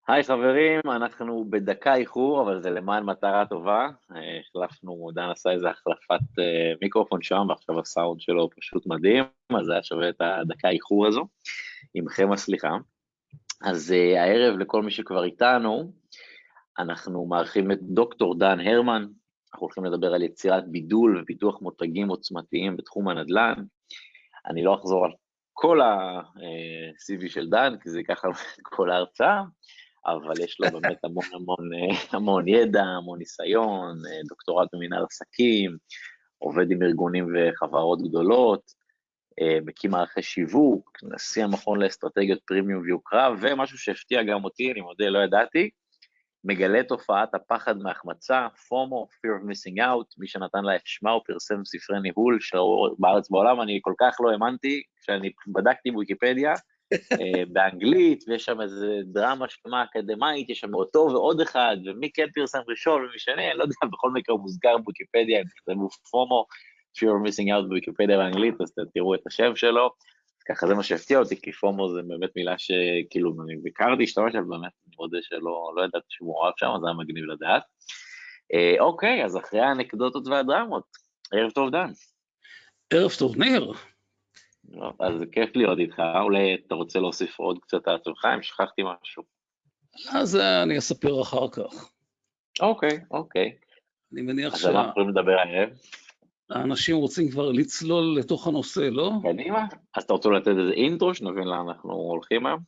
היי חברים, אנחנו בדקה איחור, אבל זה למען מטרה טובה. החלפנו, דן עשה איזה החלפת מיקרופון שם, ועכשיו הסאונד שלו פשוט מדהים, אז זה היה שווה את הדקה איחור הזו. עמכם הסליחה. אז הערב לכל מי שכבר איתנו, אנחנו מארחים את דוקטור דן הרמן, אנחנו הולכים לדבר על יצירת בידול ופיתוח מותגים עוצמתיים בתחום הנדל"ן. אני לא אחזור על כל ה-CV של דן, כי זה ייקח לנו את כל ההרצאה, אבל יש לו באמת המון ידע, המון ניסיון, דוקטורט במנהל עסקים, עובד עם ארגונים וחברות גדולות, מקים מערכי שיווק, נשיא המכון לאסטרטגיות פרימיום ויוקרה, ומשהו שהפתיע גם אותי, אני מודה, לא ידעתי, מגלה תופעת הפחד מהחמצה, FOMO, Fear of Missing Out, מי שנתן לה את שמה הוא פרסם ספרי ניהול בארץ בעולם, אני כל כך לא האמנתי, כשאני בדקתי בוויקיפדיה, באנגלית, ויש שם איזה דרמה שלמה אקדמית, יש שם אותו ועוד אחד, ומי כן פרסם ראשון ומי שני, אני לא יודע, בכל מקרה הוא מוזכר בוויקיפדיה, הם תכתבו FOMO, Fear of Missing Out בוויקיפדיה באנגלית, אז תראו את השם שלו, ככה זה מה שהפתיע אותי, כי FOMO זה באמת מילה שכאילו, אני ביקרתי, השתמש על באמת, אני מודה שלא ידעתי שהוא מעורב שם, אז זה היה מגניב לדעת. אוקיי, אז אחרי האנקדוטות והדרמות, ערב טוב דן. ערב טוב ניר. אז זה כיף להיות איתך, אולי אתה רוצה להוסיף עוד קצת על עצמך, אם שכחתי משהו. אז אני אספר אחר כך. אוקיי. אני מניח אז אנחנו יכולים לדבר הערב. האנשים רוצים כבר לצלול לתוך הנושא, לא? קדימה. אז אתה רוצה לתת איזה אינטרו, שנבין לאן אנחנו הולכים היום?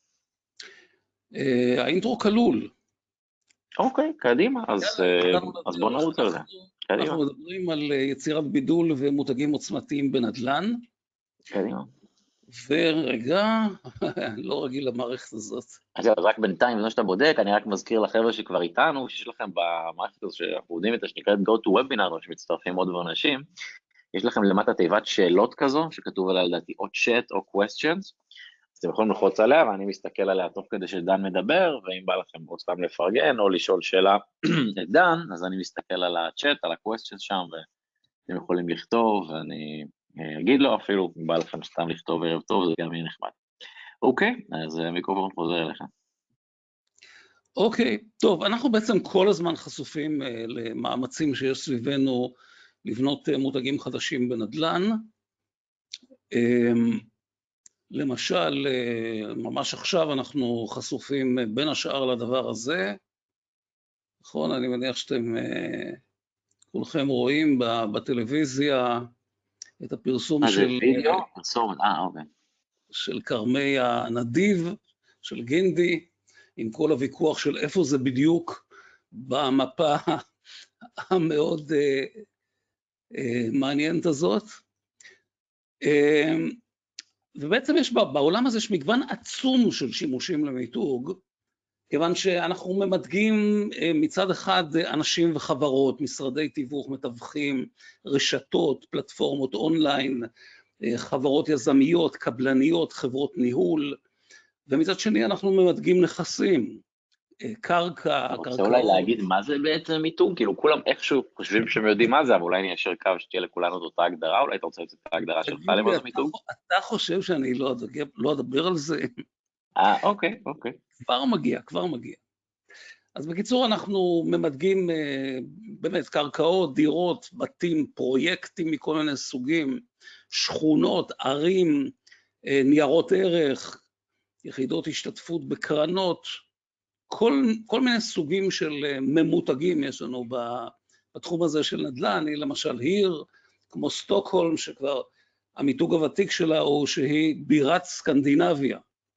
האינטרו כלול. אוקיי, קדימה, אז בוא נרוץ על זה. אנחנו מדברים על יצירת בידול ומותגים עוצמתיים בנדל"ן. קדימה. ורגע, לא רגיל למערכת הזאת. אז רק בינתיים, לפני שאתה בודק, אני רק מזכיר לחבר'ה שכבר איתנו, שיש לכם במערכת הזאת שאנחנו יודעים את שנקראת Go to Webinar, שמצטרפים עוד אנשים, יש לכם למטה תיבת שאלות כזו, שכתוב עליה לדעתי או chat או questions, אז אתם יכולים לחוץ עליה, ואני מסתכל עליה תוך כדי שדן מדבר, ואם בא לכם או סתם לפרגן, או לשאול שאלה את דן, אז אני מסתכל על הצ'אט, על ה-questions שם, ואתם יכולים לכתוב, ואני אגיד לו אפילו, אם בא לכם סתם לכתוב ערב טוב, זה גם יהיה נחמד. אוקיי, אז המיקרופון חוזר אליך. אוקיי, טוב, אנחנו בעצם כל הזמן חשופים למאמצים שיש סביבנו לבנות מותגים חדשים בנדל"ן. למשל, ממש עכשיו אנחנו חשופים בין השאר לדבר הזה. נכון, אני מניח שאתם כולכם רואים בטלוויזיה את הפרסום של... זה וידאו? פרסום, אוקיי. של קרמי הנדיב, של גינדי, עם כל הוויכוח של איפה זה בדיוק במפה המאוד מעניינת הזאת. ובעצם בעולם הזה יש מגוון עצום של שימושים למיתוג, כיוון שאנחנו ממתגים מצד אחד אנשים וחברות, משרדי תיווך, מתווכים, רשתות, פלטפורמות אונליין, חברות יזמיות, קבלניות, חברות ניהול, ומצד שני אנחנו ממתגים נכסים, קרקע, אתה רוצה אולי להגיד מה זה בעצם מיתוג? כאילו כולם איכשהו חושבים שהם יודעים מה זה, אבל אולי אני אשאר קו שתהיה לכולנו את אותה הגדרה, אולי אתה רוצה לצאת את ההגדרה שלך למה זה מיתוג? אתה חושב שאני לא אדבר על זה? אוקיי. כבר מגיע. אז בקיצור אנחנו ממתגים באמת קרקעות, דירות, בתים, פרויקטים מכל מיני סוגים, שכונות, ערים, ניירות ערך, יחידות השתתפות בקרנות, כל מיני סוגים של ממותגים יש לנו בתחום הזה של נדל"ן. היא למשל עיר כמו סטוקהולם, שכבר המיתוג הוותיק שלה הוא שהיא בירת סקנדינביה.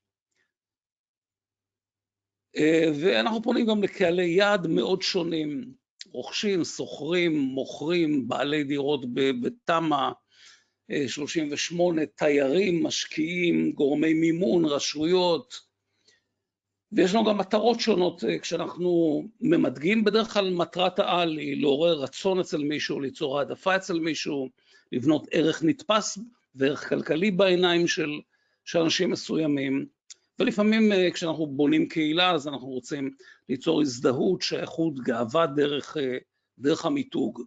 ואנחנו פונים גם לקהלי יעד מאוד שונים, רוכשים, סוחרים, מוכרים, בעלי דירות בתמ"א 38, תיירים, משקיעים, גורמי מימון, רשויות, ויש לנו גם מטרות שונות כשאנחנו ממתגים. בדרך כלל מטרת העל היא לעורר רצון אצל מישהו, ליצור העדפה אצל מישהו, לבנות ערך נתפס וערך כלכלי בעיניים של אנשים מסוימים, ולפעמים כשאנחנו בונים קהילה אז אנחנו רוצים ליצור הזדהות, שייכות, גאווה דרך המיתוג.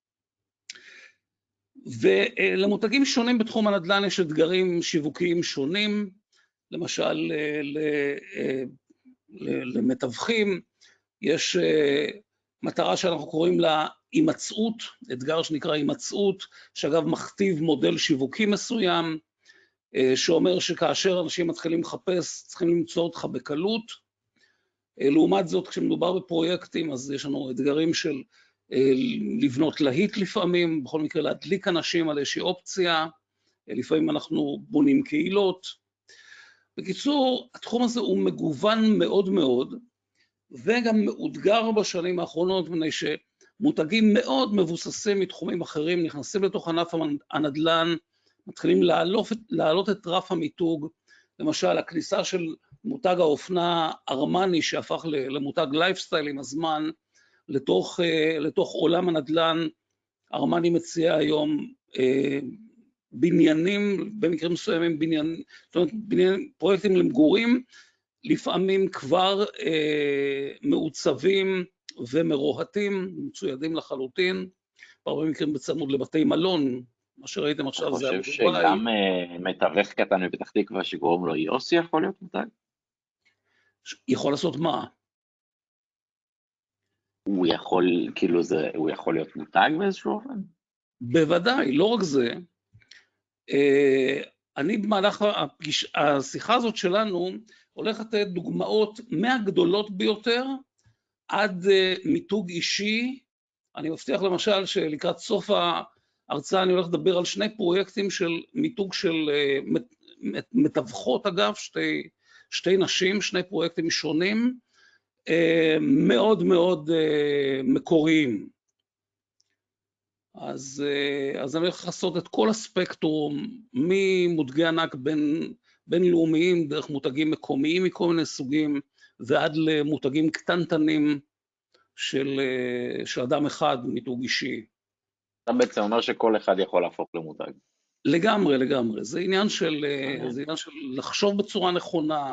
ולמותגים שונים בתחום הנדל"ן יש אתגרים שיווקיים שונים, למשל למתווכים, יש מטרה שאנחנו קוראים לה הימצאות, אתגר שנקרא הימצאות, שאגב מכתיב מודל שיווקי מסוים, שאומר שכאשר אנשים מתחילים לחפש, צריכים למצוא אותך בקלות. לעומת זאת, כשמדובר בפרויקטים, אז יש לנו אתגרים של לבנות להיט לפעמים, בכל מקרה להדליק אנשים על איזושהי אופציה, לפעמים אנחנו בונים קהילות. בקיצור, התחום הזה הוא מגוון מאוד מאוד, וגם מאותגר בשנים האחרונות, מפני שמותגים מאוד מבוססים מתחומים אחרים, נכנסים לתוך ענף הנדל"ן, מתחילים להעלות את רף המיתוג, למשל הכניסה של מותג האופנה ארמני, שהפך למותג לייפסטייל עם הזמן, לתוך עולם הנדל"ן. ארמני מציע היום בניינים, במקרים מסוימים פרויקטים למגורים, לפעמים כבר מעוצבים ומרוהטים, מצוידים לחלוטין, בהרבה מקרים בצמוד לבתי מלון, מה שראיתם עכשיו זה... אני חושב שגם מתווך קטן מפתח תקווה שקוראים לו יוסי יכול להיות מותג? יכול לעשות מה? הוא יכול להיות מותג באיזשהו אופן? בוודאי, לא רק זה. אני במהלך השיחה הזאת שלנו הולך לתת דוגמאות מהגדולות ביותר עד מיתוג אישי. אני מבטיח למשל שלקראת סוף ההרצאה אני הולך לדבר על שני פרויקטים של מיתוג של מתווכות, אגב, שתי נשים, שני פרויקטים שונים, מאוד מאוד מקוריים. אז אני הולך לעשות את כל הספקטרום, ממותגי ענק בינלאומיים, דרך מותגים מקומיים מכל מיני סוגים, ועד למותגים קטנטנים של אדם אחד, מיתוג אישי. אתה בעצם אומר שכל אחד יכול להפוך למותג. לגמרי, לגמרי. זה עניין של לחשוב בצורה נכונה,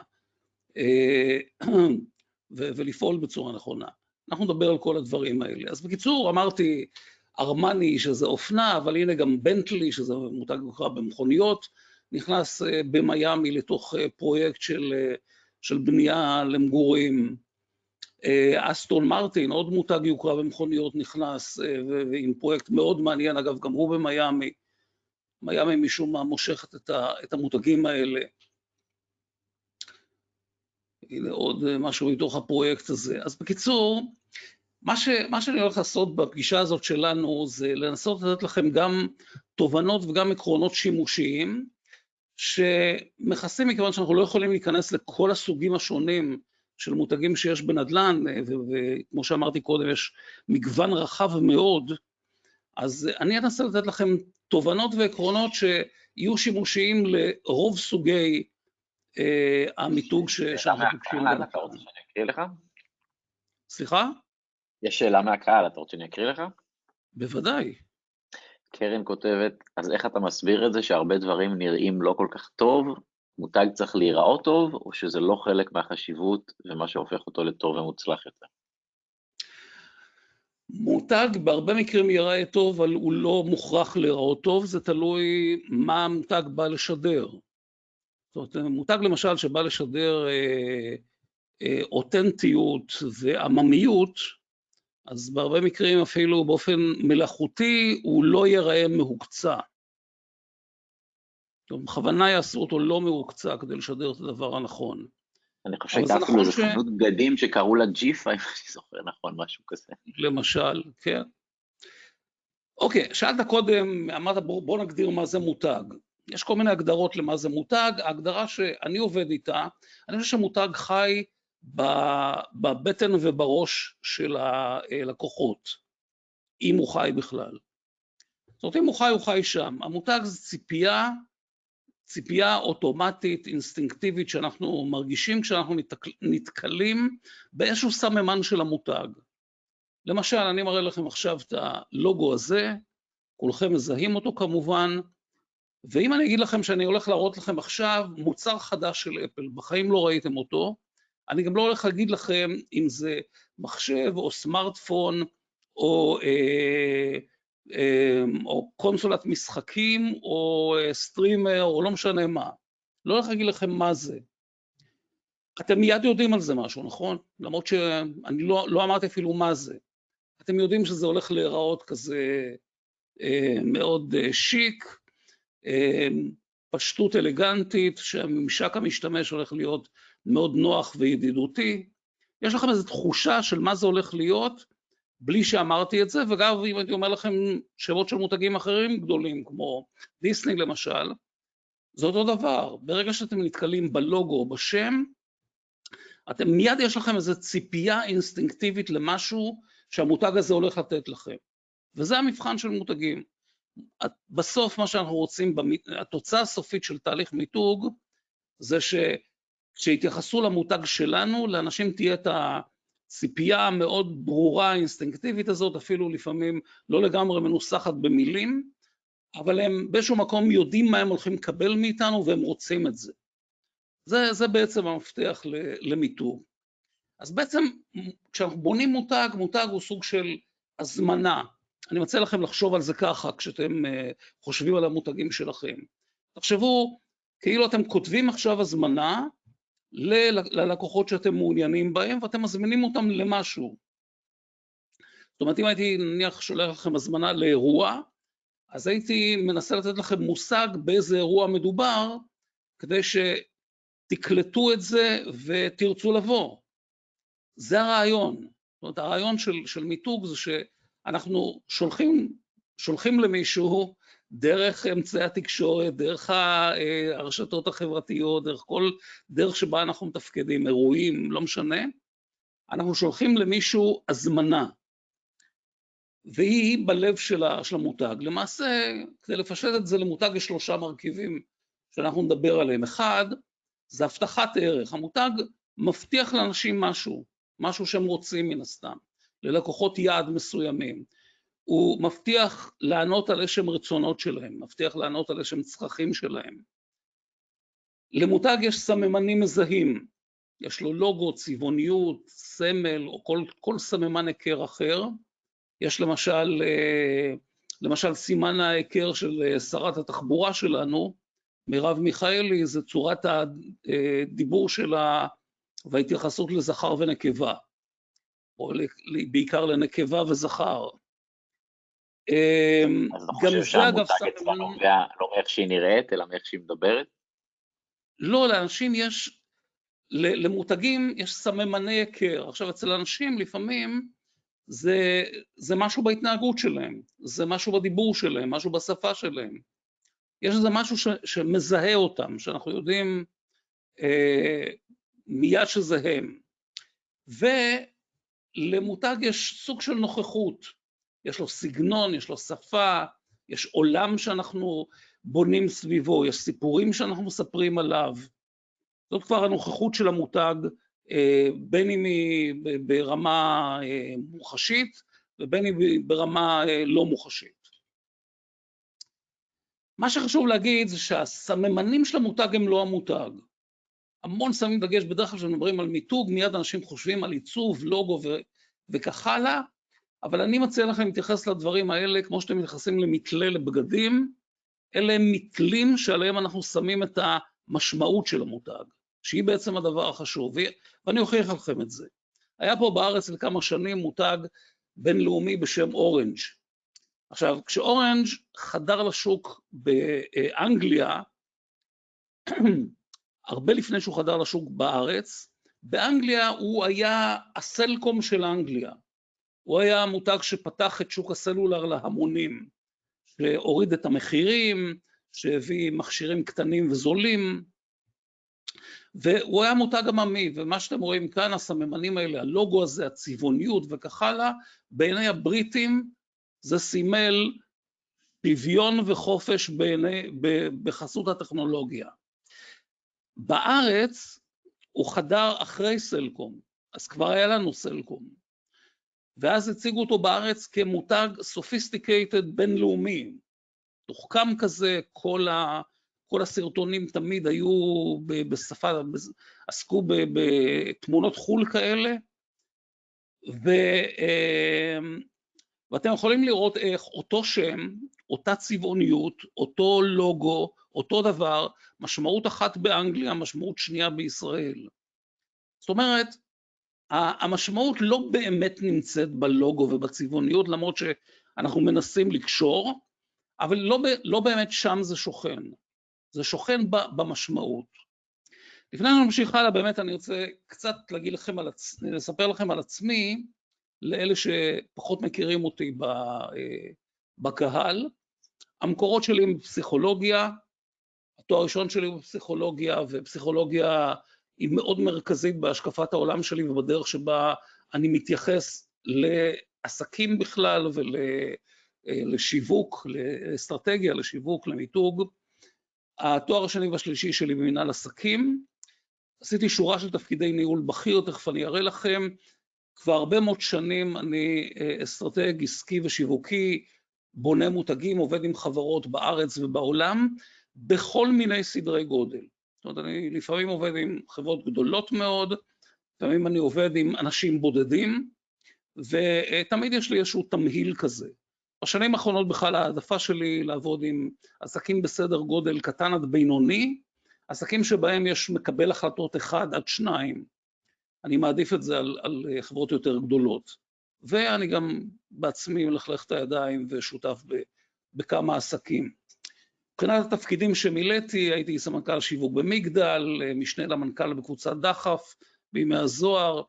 ולפעול בצורה נכונה. אנחנו נדבר על כל הדברים האלה. אז בקיצור, אמרתי, ארמני שזה אופנה, אבל הנה גם בנטלי, שזה מותג מוכר במכוניות, נכנס במיימי לתוך פרויקט של בנייה למגורים. אסטון מרטין, עוד מותג יוקרה במכוניות, נכנס עם פרויקט מאוד מעניין, אגב גם הוא במיימי. מיימי משום מה מושכת את המותגים האלה. הנה עוד משהו מתוך הפרויקט הזה. אז בקיצור, מה שאני הולך לעשות בפגישה הזאת שלנו, זה לנסות לתת לכם גם תובנות וגם עקרונות שימושיים, שמכסים מכיוון שאנחנו לא יכולים להיכנס לכל הסוגים השונים של מותגים שיש בנדל"ן, וכמו שאמרתי קודם, יש מגוון רחב מאוד, אז אני אנסה לתת לכם תובנות ועקרונות שיהיו שימושיים לרוב סוגי המיתוג שאנחנו פוגשים. אתה רוצה שאני אקריא לך? סליחה? יש שאלה מהקהל, אתה רוצה שאני אקריא לך? בוודאי. קרן כותבת, אז איך אתה מסביר את זה שהרבה דברים נראים לא כל כך טוב, מותג צריך להיראות טוב, או שזה לא חלק מהחשיבות ומה שהופך אותו לטוב ומוצלח יותר? מותג בהרבה מקרים ייראה טוב, אבל הוא לא מוכרח להיראות טוב, זה תלוי מה המותג בא לשדר. זאת אומרת, מותג למשל שבא לשדר אותנטיות ועממיות, אז בהרבה מקרים אפילו באופן מלאכותי הוא לא ייראה מהוקצע. בכוונה יעשו אותו לא מהוקצע כדי לשדר את הדבר הנכון. אני חושב שהייתה אפילו איזה חנות בגדים שקראו לה ג'יפה, אם אני זוכר נכון, משהו כזה. למשל, כן. אוקיי, שאלת קודם, אמרת בוא נגדיר מה זה מותג. יש כל מיני הגדרות למה זה מותג, ההגדרה שאני עובד איתה, אני חושב שמותג חי בבטן ובראש של הלקוחות, אם הוא חי בכלל. זאת אומרת, אם הוא חי שם. המותג זה ציפייה אוטומטית, אינסטינקטיבית, שאנחנו מרגישים כשאנחנו נתקלים באיזשהו סממן של המותג. למשל, אני מראה לכם עכשיו את הלוגו הזה, כולכם מזהים אותו כמובן, ואם אני אגיד לכם שאני הולך להראות לכם עכשיו מוצר חדש של אפל, בחיים לא ראיתם אותו, אני גם לא הולך להגיד לכם אם זה מחשב או סמארטפון או קונסולת משחקים או סטרימר או לא משנה מה. לא הולך להגיד לכם מה זה. אתם מיד יודעים על זה משהו, נכון? למרות שאני לא אמרתי אפילו מה זה. אתם יודעים שזה הולך להיראות כזה מאוד שיק, פשטות אלגנטית, שהממשק המשתמש הולך להיות מאוד נוח וידידותי. יש לכם איזו תחושה של מה זה הולך להיות, בלי שאמרתי את זה, וגם אם אני אומר לכם שמות של מותגים אחרים גדולים, כמו דיסני למשל, זה אותו דבר. ברגע שאתם נתקלים בלוגו או בשם, אתם מיד יש לכם איזו ציפייה אינסטינקטיבית למשהו שהמותג הזה הולך לתת לכם. וזה המבחן של מותגים. בסוף מה שאנחנו רוצים, התוצאה הסופית של תהליך מיתוג, זה שכשיתייחסו למותג שלנו, לאנשים תהיה את הציפייה המאוד ברורה, אינסטינקטיבית הזאת, אפילו לפעמים לא לגמרי מנוסחת במילים, אבל הם באיזשהו מקום יודעים מה הם הולכים לקבל מאיתנו, והם רוצים את זה. זה בעצם המפתח למיתוג. אז בעצם כשאנחנו בונים מותג, מותג הוא סוג של הזמנה. אני מציע לכם לחשוב על זה ככה, כשאתם חושבים על המותגים שלכם. תחשבו, כאילו אתם כותבים עכשיו הזמנה ללקוחות שאתם מעוניינים בהם, ואתם מזמינים אותם למשהו. זאת אומרת, אם הייתי נניח שולח לכם הזמנה לאירוע, אז הייתי מנסה לתת לכם מושג באיזה אירוע מדובר, כדי שתקלטו את זה ותרצו לבוא. זה הרעיון. זאת אומרת, הרעיון של מיתוג זה שאנחנו שולחים למישהו דרך אמצעי התקשורת, דרך הרשתות החברתיות, דרך כל דרך שבה אנחנו מתפקדים, אירועים, לא משנה, אנחנו שולחים למישהו הזמנה, והיא בלב של המותג. למעשה, כדי לפשט את זה למותג יש 3 מרכיבים שאנחנו נדבר עליהם. אחד, זה הבטחת ערך. המותג מבטיח לאנשים משהו שהם רוצים מן הסתם, ללקוחות יעד מסוימים. הוא מבטיח לענות על איזשהם רצונות שלהם, מבטיח לענות על איזשהם צרכים שלהם. למותג יש סממנים מזהים, יש לו לוגו, צבעוניות, סמל, או כל סממן היכר אחר. יש למשל סימן ההיכר של שרת התחבורה שלנו, מרב מיכאלי, זה צורת הדיבור שלה וההתייחסות לזכר ונקבה, או בעיקר לנקבה וזכר. אז אתה חושב שהמותג אצלה לא מאיך שהיא נראית, אלא מאיך שהיא מדברת? לא, לאנשים למותגים יש סממני היכר. עכשיו, אצל אנשים לפעמים זה משהו בהתנהגות שלהם, זה משהו בדיבור שלהם, משהו בשפה שלהם. יש איזה משהו שמזהה אותם, שאנחנו יודעים מיד שזה הם. ולמותג יש סוג של נוכחות, יש לו סגנון, יש לו שפה, יש עולם שאנחנו בונים סביבו, יש סיפורים שאנחנו מספרים עליו. זאת כבר הנוכחות של המותג, בין אם היא ברמה מוחשית, ובין אם היא ברמה לא מוחשית. מה שחשוב להגיד זה שהסממנים של המותג הם לא המותג. המון שמים דגש, בדרך כלל כשמדברים על מיתוג, מיד אנשים חושבים על עיצוב, לוגו וכך הלאה, אבל אני מציע לכם להתייחס לדברים האלה, כמו שאתם מתייחסים למתלה לבגדים, אלה הם מתלים שעליהם אנחנו שמים את המשמעות של המותג, שהיא בעצם הדבר החשוב, ואני אוכיח לכם את זה. היה פה בארץ לכמה שנים מותג בינלאומי בשם אורנג'. עכשיו, כשאורנג' חדר לשוק באנגליה, הרבה לפני שהוא חדר לשוק בארץ, באנגליה הוא היה הסלקום של אנגליה. הוא היה המותג שפתח את שוק הסלולר להמונים, שהוריד את המחירים, שהביא מכשירים קטנים וזולים, והוא היה מותג עממי, ומה שאתם רואים כאן, הסממנים האלה, הלוגו הזה, הצבעוניות וכך הלאה, בעיני הבריטים זה סימל שוויון וחופש בחסות הטכנולוגיה. בארץ הוא חדר אחרי סלקום, אז כבר היה לנו סלקום, ואז הציגו אותו בארץ כמותג סופיסטיקייטד בינלאומי, תוחכם כזה, כל הסרטונים תמיד היו בשפה, עסקו בתמונות חול כאלה, ואתם יכולים לראות איך אותו שם, אותה צבעוניות, אותו לוגו, אותו דבר, משמעות אחת באנגליה, משמעות שנייה בישראל. זאת אומרת, המשמעות לא באמת נמצאת בלוגו ובצבעוניות, למרות שאנחנו מנסים לקשור, אבל לא באמת שם זה שוכן. זה שוכן במשמעות. לפני שאני ממשיך הלאה, באמת אני רוצה קצת לספר לכם על עצמי, לאלה שפחות מכירים אותי בקהל. המקורות שלי הם בפסיכולוגיה, התואר הראשון שלי הוא בפסיכולוגיה, ופסיכולוגיה היא מאוד מרכזית בהשקפת העולם שלי ובדרך שבה אני מתייחס לעסקים בכלל ולשיווק, לאסטרטגיה, לשיווק, למיתוג. התואר השני והשלישי שלי במנהל עסקים, עשיתי שורה של תפקידי ניהול בכיר, תכף אני אראה לכם. כבר הרבה מאוד שנים אני אסטרטג, עסקי ושיווקי, בונה מותגים, עובד עם חברות בארץ ובעולם, בכל מיני סדרי גודל. זאת אומרת, אני לפעמים עובד עם חברות גדולות מאוד, לפעמים אני עובד עם אנשים בודדים, ותמיד יש לי איזשהו תמהיל כזה. בשנים האחרונות בכלל העדפה שלי לעבוד עם עסקים בסדר גודל קטן עד בינוני, עסקים שבהם יש מקבל החלטות 1 עד 2, אני מעדיף את זה על חברות יותר גדולות. ואני גם בעצמי מלכלך את הידיים ושותף בכמה עסקים. מבחינת התפקידים שמילאתי, הייתי סמנכ"ל שיווק במגדל, משנה למנכ"ל בקבוצת דחף, בימי הזוהר,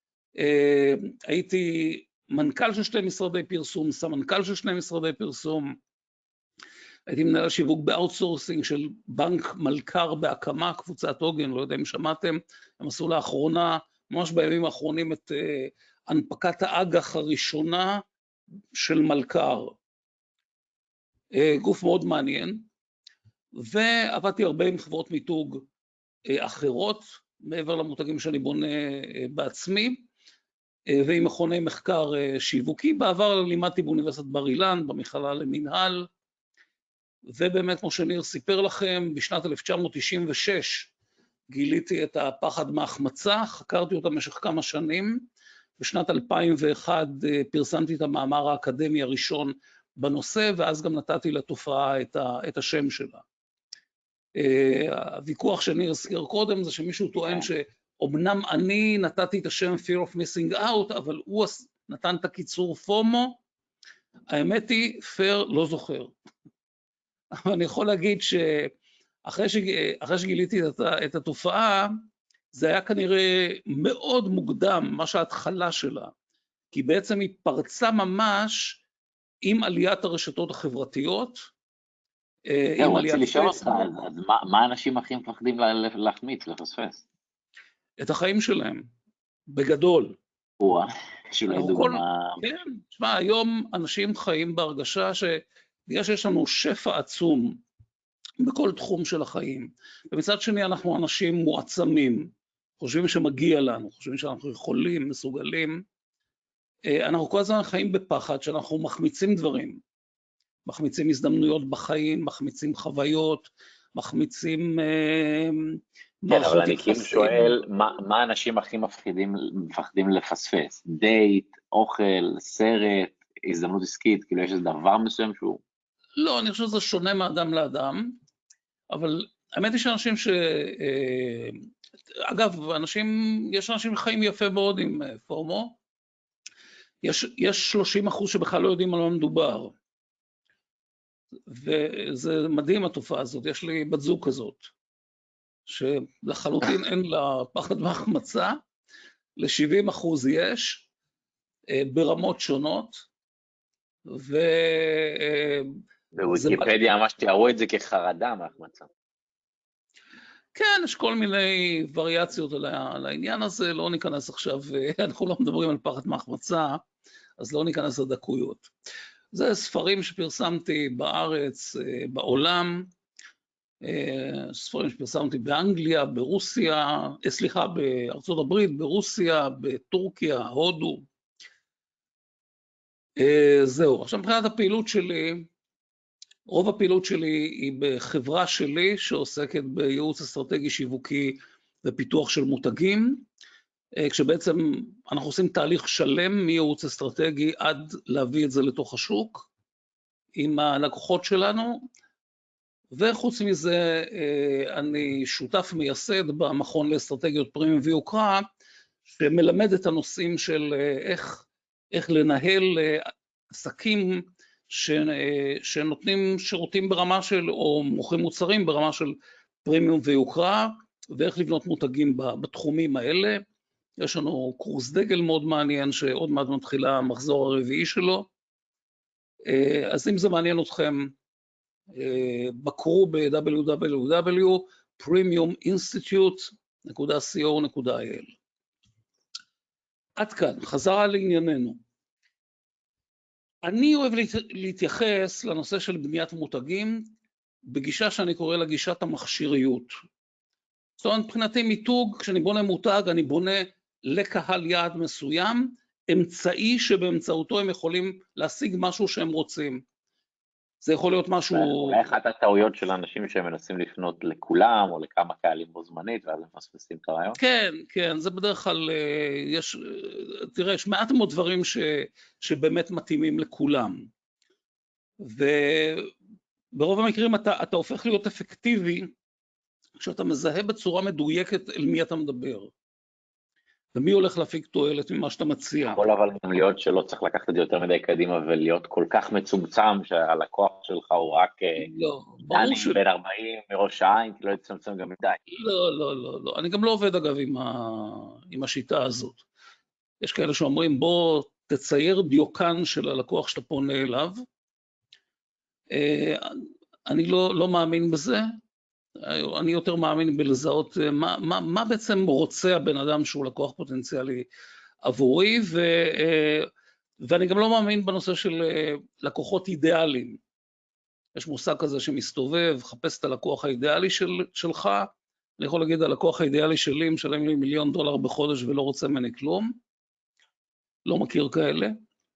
הייתי מנכ"ל של 2 משרדי פרסום, סמנכ"ל של 2 משרדי פרסום, הייתי מנהל שיווק באוטסורסינג של בנק מלכר בהקמה, קבוצת עוגן, לא יודע אם שמעתם, הם עשו לאחרונה, ממש בימים האחרונים את הנפקת האג"ח הראשונה של מלכר. גוף מאוד מעניין, ועבדתי הרבה עם חברות מיתוג אחרות, מעבר למותגים שאני בונה בעצמי, ועם מכוני מחקר שיווקי. בעבר לימדתי באוניברסיטת בר אילן, במכללה למינהל, ובאמת כמו שניר סיפר לכם, בשנת 1996 גיליתי את הפחד מהחמצה, חקרתי אותה במשך כמה שנים, בשנת 2001 פרסמתי את המאמר האקדמי הראשון בנושא, ואז גם נתתי לתופעה את השם שלה. הוויכוח שניר הזכיר קודם זה שמישהו טוען שאומנם אני נתתי את השם Fear of Missing Out, אבל הוא נתן את הקיצור פומו, האמת היא, פייר לא זוכר. אבל אני יכול להגיד שאחרי שגיליתי את התופעה, זה היה כנראה מאוד מוקדם, מה שההתחלה שלה, כי בעצם היא פרצה ממש עם עליית הרשתות החברתיות. זהו, רציתי לשאול אותך, אז מה האנשים הכי מפחדים להחמיץ, לפספס? את החיים שלהם, בגדול. שלא ידעו מה... כן, תשמע, היום אנשים חיים בהרגשה שבגלל שיש לנו שפע עצום בכל תחום של החיים, ומצד שני אנחנו אנשים מועצמים, חושבים שמגיע לנו, חושבים שאנחנו יכולים, מסוגלים, אנחנו כל הזמן חיים בפחד שאנחנו מחמיצים דברים, מחמיצים הזדמנויות בחיים, מחמיצים חוויות, מחמיצים מערכות יחסים. כן, אבל אני כאילו שואל, מה האנשים הכי מפחדים לפספס? דייט, אוכל, סרט, הזדמנות עסקית, כאילו יש איזה דבר מסוים שהוא... לא, אני חושב שזה שונה מאדם לאדם, אבל האמת היא שאנשים אגב, יש אנשים שחיים יפה מאוד עם פומו, יש 30% שבכלל לא יודעים על מה מדובר, וזה מדהים התופעה הזאת. יש לי בת זוג כזאת, שלחלוטין אין לה פחד מהחמצה, ל-70% יש, ברמות שונות, בוויקיפדיה ממש תיארו את זה כחרדה מהחמצה. כן, יש כל מיני וריאציות על העניין הזה, לא ניכנס עכשיו, אנחנו לא מדברים על פחד מהחמצה, אז לא ניכנס לדקויות. זה ספרים שפרסמתי בארץ, בעולם, ספרים שפרסמתי באנגליה, ברוסיה, סליחה, בארצות הברית, ברוסיה, בטורקיה, הודו. זהו, עכשיו מבחינת הפעילות שלי, רוב הפעילות שלי היא בחברה שלי שעוסקת בייעוץ אסטרטגי שיווקי ופיתוח של מותגים, כשבעצם אנחנו עושים תהליך שלם מייעוץ אסטרטגי עד להביא את זה לתוך השוק עם הלקוחות שלנו, וחוץ מזה אני שותף מייסד במכון לאסטרטגיות פרימיום ויוקרה, שמלמד את הנושאים של איך לנהל עסקים שנותנים שירותים ברמה של, או מוכרים מוצרים ברמה של פרימיום ויוקרה, ואיך לבנות מותגים בתחומים האלה. יש לנו קורס דגל מאוד מעניין, שעוד מעט מתחילה המחזור הרביעי שלו. אז אם זה מעניין אתכם, בקרו ב-www.premiuminstitute.co.il. עד כאן, חזרה לענייננו. אני אוהב להתייחס לנושא של בניית מותגים, בגישה שאני קורא לה גישת המכשיריות. זאת אומרת, מבחינתי מיתוג, כשאני בונה מותג, אני בונה לקהל יעד מסוים, אמצעי שבאמצעותו הם יכולים להשיג משהו שהם רוצים. זה יכול להיות משהו... אולי אחת הטעויות של אנשים שהם מנסים לפנות לכולם, או לכמה קהלים בו זמנית, ואז הם מפספסים את הרעיון? כן, כן, זה בדרך כלל, תראה, יש מעט מאוד דברים שבאמת מתאימים לכולם. וברוב המקרים אתה הופך להיות אפקטיבי, כשאתה מזהה בצורה מדויקת אל מי אתה מדבר. ומי הולך להפיק תועלת ממה שאתה מציע. יכול אבל גם להיות שלא צריך לקחת את זה יותר מדי קדימה, ולהיות כל כך מצומצם שהלקוח שלך הוא רק דני בן 40 מראש העין, כי לא יצמצם גם מדי. לא. אני גם לא עובד אגב עם השיטה הזאת. יש כאלה שאומרים בוא תצייר דיוקן של הלקוח שאתה פונה אליו. אני לא מאמין בזה. אני יותר מאמין בלזהות מה בעצם רוצה הבן אדם שהוא לקוח פוטנציאלי עבורי, ואני גם לא מאמין בנושא של לקוחות אידיאליים. יש מושג כזה שמסתובב, חפש את הלקוח האידיאלי שלך, אני יכול להגיד, הלקוח האידיאלי שלי משלם לי $1,000,000 בחודש ולא רוצה ממני כלום, לא מכיר כאלה.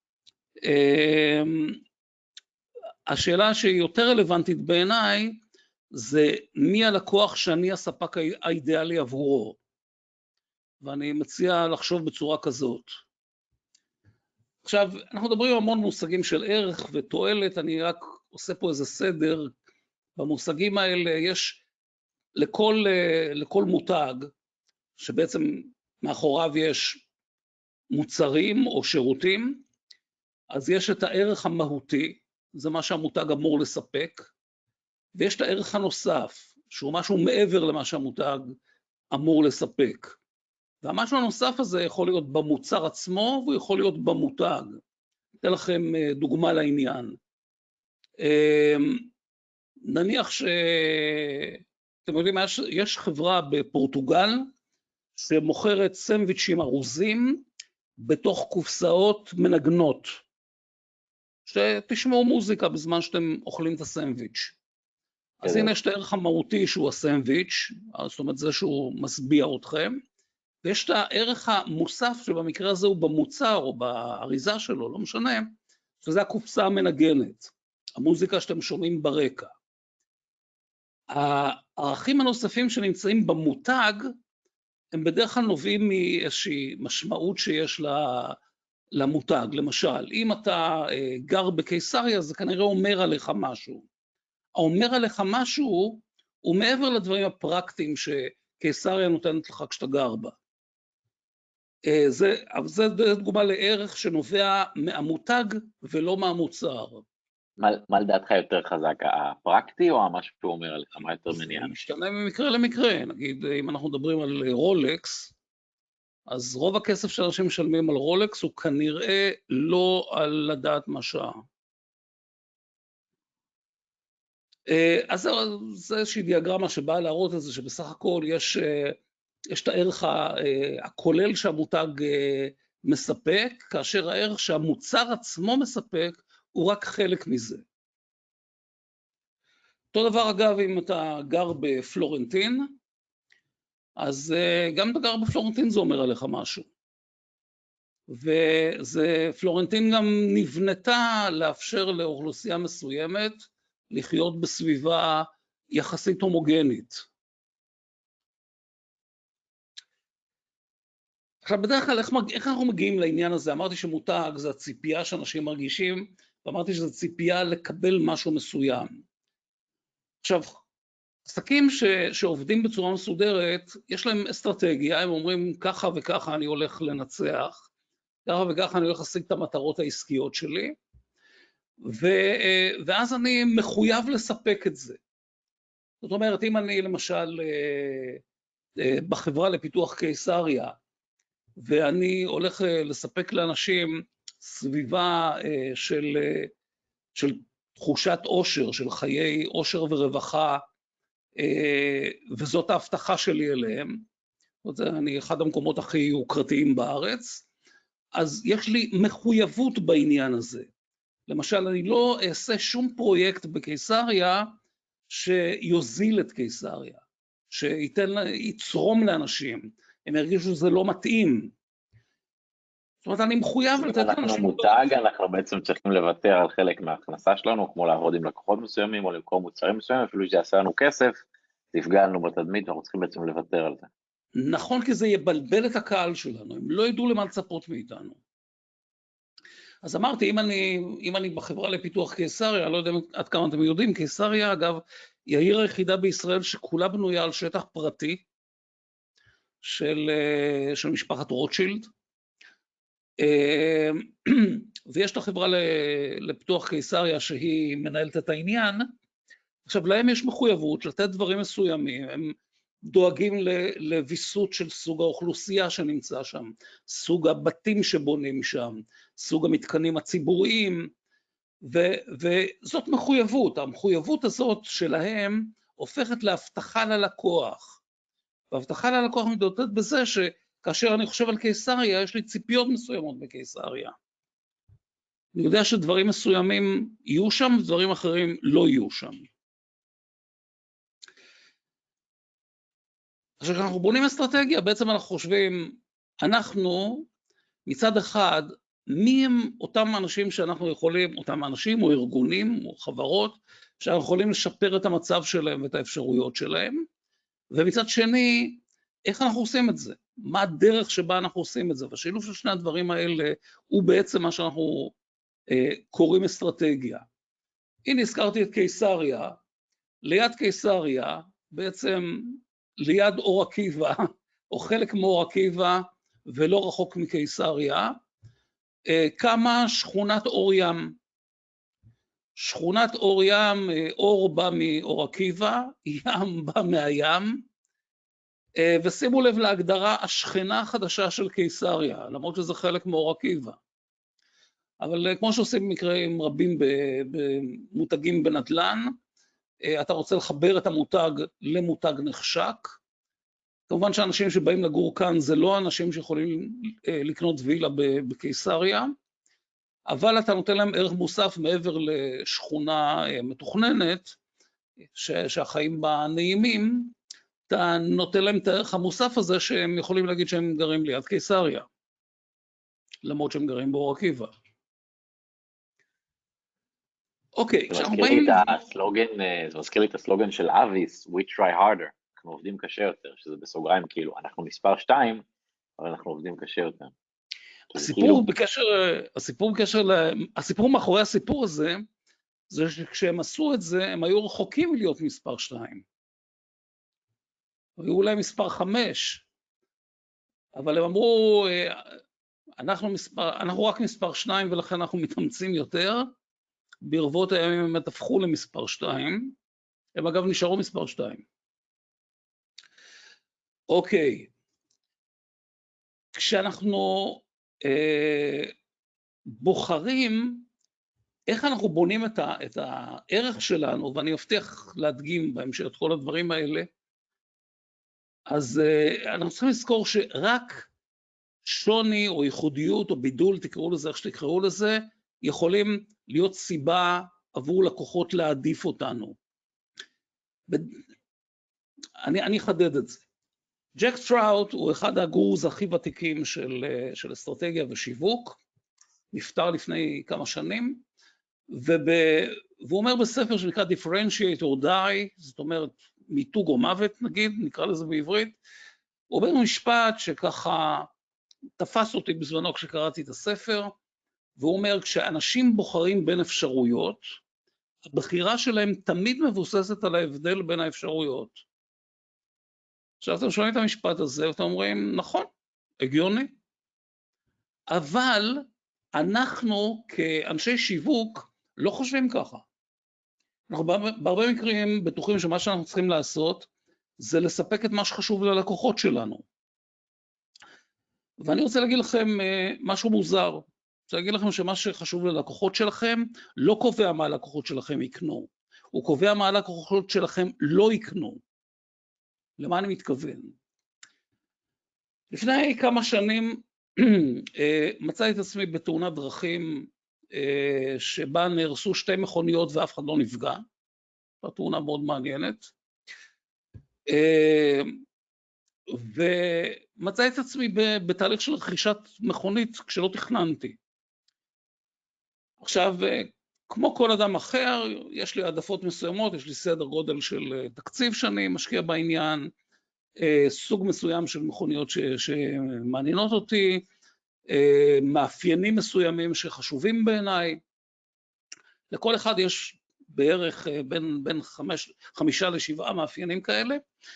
השאלה שהיא יותר רלוונטית בעיניי, זה מי הלקוח שאני הספק האידיאלי עבורו, ואני מציע לחשוב בצורה כזאת. עכשיו, אנחנו מדברים המון מושגים של ערך ותועלת, אני רק עושה פה איזה סדר. במושגים האלה יש לכל מותג, שבעצם מאחוריו יש מוצרים או שירותים, אז יש את הערך המהותי, זה מה שהמותג אמור לספק, ויש את הערך הנוסף, שהוא משהו מעבר למה שהמותג אמור לספק. והמשהו הנוסף הזה יכול להיות במוצר עצמו, והוא יכול להיות במותג. אתן לכם דוגמה לעניין. נניח אתם יודעים, יש חברה בפורטוגל, שמוכרת סנדוויצ'ים ארוזים, בתוך קופסאות מנגנות. שתשמעו מוזיקה בזמן שאתם אוכלים את הסנדוויץ'. אז הנה יש את הערך המהותי שהוא הסנדוויץ', זאת אומרת זה שהוא משביע אתכם, ויש את הערך המוסף שבמקרה הזה הוא במוצר או באריזה שלו, לא משנה, שזה הקופסה המנגנת, המוזיקה שאתם שומעים ברקע. הערכים הנוספים שנמצאים במותג, הם בדרך כלל נובעים מאיזושהי משמעות שיש למותג. למשל, אם אתה גר בקיסריה, זה כנראה אומר עליך משהו. האומר עליך משהו, הוא מעבר לדברים הפרקטיים שקיסריה נותנת לך כשאתה גר בה. זה דוגמה לערך שנובע מהמותג ולא מהמוצר. מה לדעתך יותר חזק, הפרקטי או מה שהוא אומר עליך, מה יותר מניע? משתנה ממקרה למקרה, נגיד אם אנחנו מדברים על רולקס, אז רוב הכסף שאנשים משלמים על רולקס הוא כנראה לא על לדעת מה שעה. אז זה איזושהי דיאגרמה שבאה להראות את זה, שבסך הכל יש את הערך הכולל שהמותג מספק, כאשר הערך שהמוצר עצמו מספק הוא רק חלק מזה. אותו דבר אגב אם אתה גר בפלורנטין, אז גם אתה גר בפלורנטין זה אומר עליך משהו. פלורנטין גם נבנתה לאפשר לאוכלוסייה מסוימת לחיות בסביבה יחסית הומוגנית. עכשיו בדרך כלל איך אנחנו מגיעים לעניין הזה? אמרתי שמותג זה הציפייה שאנשים מרגישים, ואמרתי שזה ציפייה לקבל משהו מסוים. עכשיו, עסקים שעובדים בצורה מסודרת, יש להם אסטרטגיה, הם אומרים ככה וככה אני הולך לנצח, ככה וככה אני הולך להשיג את המטרות העסקיות שלי, ואז אני מחויב לספק את זה. זאת אומרת, אם אני למשל בחברה לפיתוח קיסריה, ואני הולך לספק לאנשים סביבה של תחושת עושר, של חיי עושר ורווחה, וזאת ההבטחה שלי אליהם, אני אחד המקומות הכי יוקרתיים בארץ, אז יש לי מחויבות בעניין הזה. למשל, אני לא אעשה שום פרויקט בקיסריה שיוזיל את קיסריה, שיצרום לאנשים, הם ירגישו שזה לא מתאים. זאת אומרת, אני מחויב לתת לאנשים... אנחנו מותג, אנחנו בעצם צריכים לוותר על חלק מההכנסה שלנו, כמו לעבוד עם לקוחות מסוימים, או למכור מוצרים מסוימים, אפילו שיעשה לנו כסף, תפגע לנו בתדמית, אנחנו צריכים בעצם לוותר על זה. נכון, כי זה יבלבל את הקהל שלנו, הם לא ידעו למה לצפות מאיתנו. אז אמרתי, אם אני בחברה לפיתוח קיסריה, לא יודע עד כמה אתם יודעים, קיסריה, אגב, היא העיר היחידה בישראל שכולה בנויה על שטח פרטי, של משפחת רוטשילד, ויש את החברה לפיתוח קיסריה שהיא מנהלת את העניין. עכשיו, להם יש מחויבות לתת דברים מסוימים, הם דואגים לוויסות של סוג האוכלוסייה שנמצא שם, סוג הבתים שבונים שם, סוג המתקנים הציבוריים, וזאת מחויבות. המחויבות הזאת שלהם הופכת להבטחה ללקוח. והבטחה ללקוח מתבטאת בזה שכאשר אני חושב על קיסריה, יש לי ציפיות מסוימות בקיסריה. אני יודע שדברים מסוימים יהיו שם, ודברים אחרים לא יהיו שם. עכשיו, כשאנחנו בונים אסטרטגיה, בעצם אנחנו חושבים, אנחנו מצד אחד, מי הם אותם אנשים שאנחנו יכולים, אותם אנשים או ארגונים או חברות, שאנחנו יכולים לשפר את המצב שלהם ואת האפשרויות שלהם, ומצד שני, איך אנחנו עושים את זה? מה הדרך שבה אנחנו עושים את זה? והשילוב של שני הדברים האלה הוא בעצם מה שאנחנו קוראים אסטרטגיה. הנה הזכרתי את קיסריה, ליד קיסריה, בעצם ליד אור עקיבא, או חלק מאור עקיבא, ולא רחוק מקיסריה, קמה שכונת אור ים. שכונת אור ים, אור בא מאור עקיבא, ים בא מהים, ושימו לב להגדרה השכנה החדשה של קיסריה, למרות שזה חלק מאור עקיבא. אבל כמו שעושים במקרים רבים במותגים בנדל"ן, אתה רוצה לחבר את המותג למותג נחשק. כמובן שאנשים שבאים לגור כאן זה לא אנשים שיכולים לקנות וילה בקיסריה, אבל אתה נותן להם ערך מוסף מעבר לשכונה מתוכננת, שהחיים בה נעימים, אתה נותן להם את הערך המוסף הזה שהם יכולים להגיד שהם גרים ליד קיסריה, למרות שהם גרים באור עקיבא. אוקיי, כשאנחנו באים... זה מזכיר לי את הסלוגן של אביס, we try harder, אנחנו עובדים קשה יותר, שזה בסוגריים כאילו, אנחנו מספר 2, אבל אנחנו עובדים קשה יותר. הסיפור מאחורי הסיפור הזה, זה שכשהם עשו את זה, הם היו רחוקים להיות מספר 2. היו אולי מספר 5, אבל הם אמרו, אנחנו רק מספר 2 ולכן אנחנו מתאמצים יותר, ברבות הימים הם התהפכו למספר 2, הם אגב נשארו מספר 2. אוקיי, כשאנחנו בוחרים איך אנחנו בונים את הערך שלנו, ואני מבטיח להדגים בהמשך את כל הדברים האלה, אז אנחנו צריכים לזכור שרק שוני או ייחודיות או בידול, תקראו לזה איך שתקראו לזה, יכולים להיות סיבה עבור לקוחות להעדיף אותנו. אני אחדד את זה. ג'ק סטראוט הוא אחד הגורוז הכי ותיקים של אסטרטגיה ושיווק, נפטר לפני כמה שנים, והוא אומר בספר שנקרא Differentiate or Die, זאת אומרת מיתוג או מוות נגיד, נקרא לזה בעברית, הוא אומר משפט שככה תפס אותי בזמנו כשקראתי את הספר, והוא אומר כשאנשים בוחרים בין אפשרויות, הבחירה שלהם תמיד מבוססת על ההבדל בין האפשרויות. עכשיו אתם שומעים את המשפט הזה, ואתם אומרים, נכון, הגיוני, אבל אנחנו כאנשי שיווק לא חושבים ככה. אנחנו בהרבה מקרים בטוחים שמה שאנחנו צריכים לעשות, זה לספק את מה שחשוב ללקוחות שלנו. ואני רוצה להגיד לכם משהו מוזר. אני רוצה להגיד לכם שמה שחשוב ללקוחות שלכם, לא קובע מה הלקוחות שלכם יקנו. הוא קובע מה הלקוחות שלכם לא יקנו. למה אני מתכוון? לפני כמה שנים מצאתי את עצמי בתאונת דרכים שבה נהרסו 2 מכוניות ואף אחד לא נפגע. זו תאונה מאוד מעניינת. ומצאתי את עצמי בתהליך של רכישת מכונית כשלא תכננתי. עכשיו, כמו כל אדם אחר, יש לי העדפות מסוימות, יש לי סדר גודל של תקציב שאני משקיע בעניין, סוג מסוים של מכוניות שמעניינות אותי, מאפיינים מסוימים שחשובים בעיניי. לכל אחד יש בערך בין 5 ל7 מאפיינים כאלה,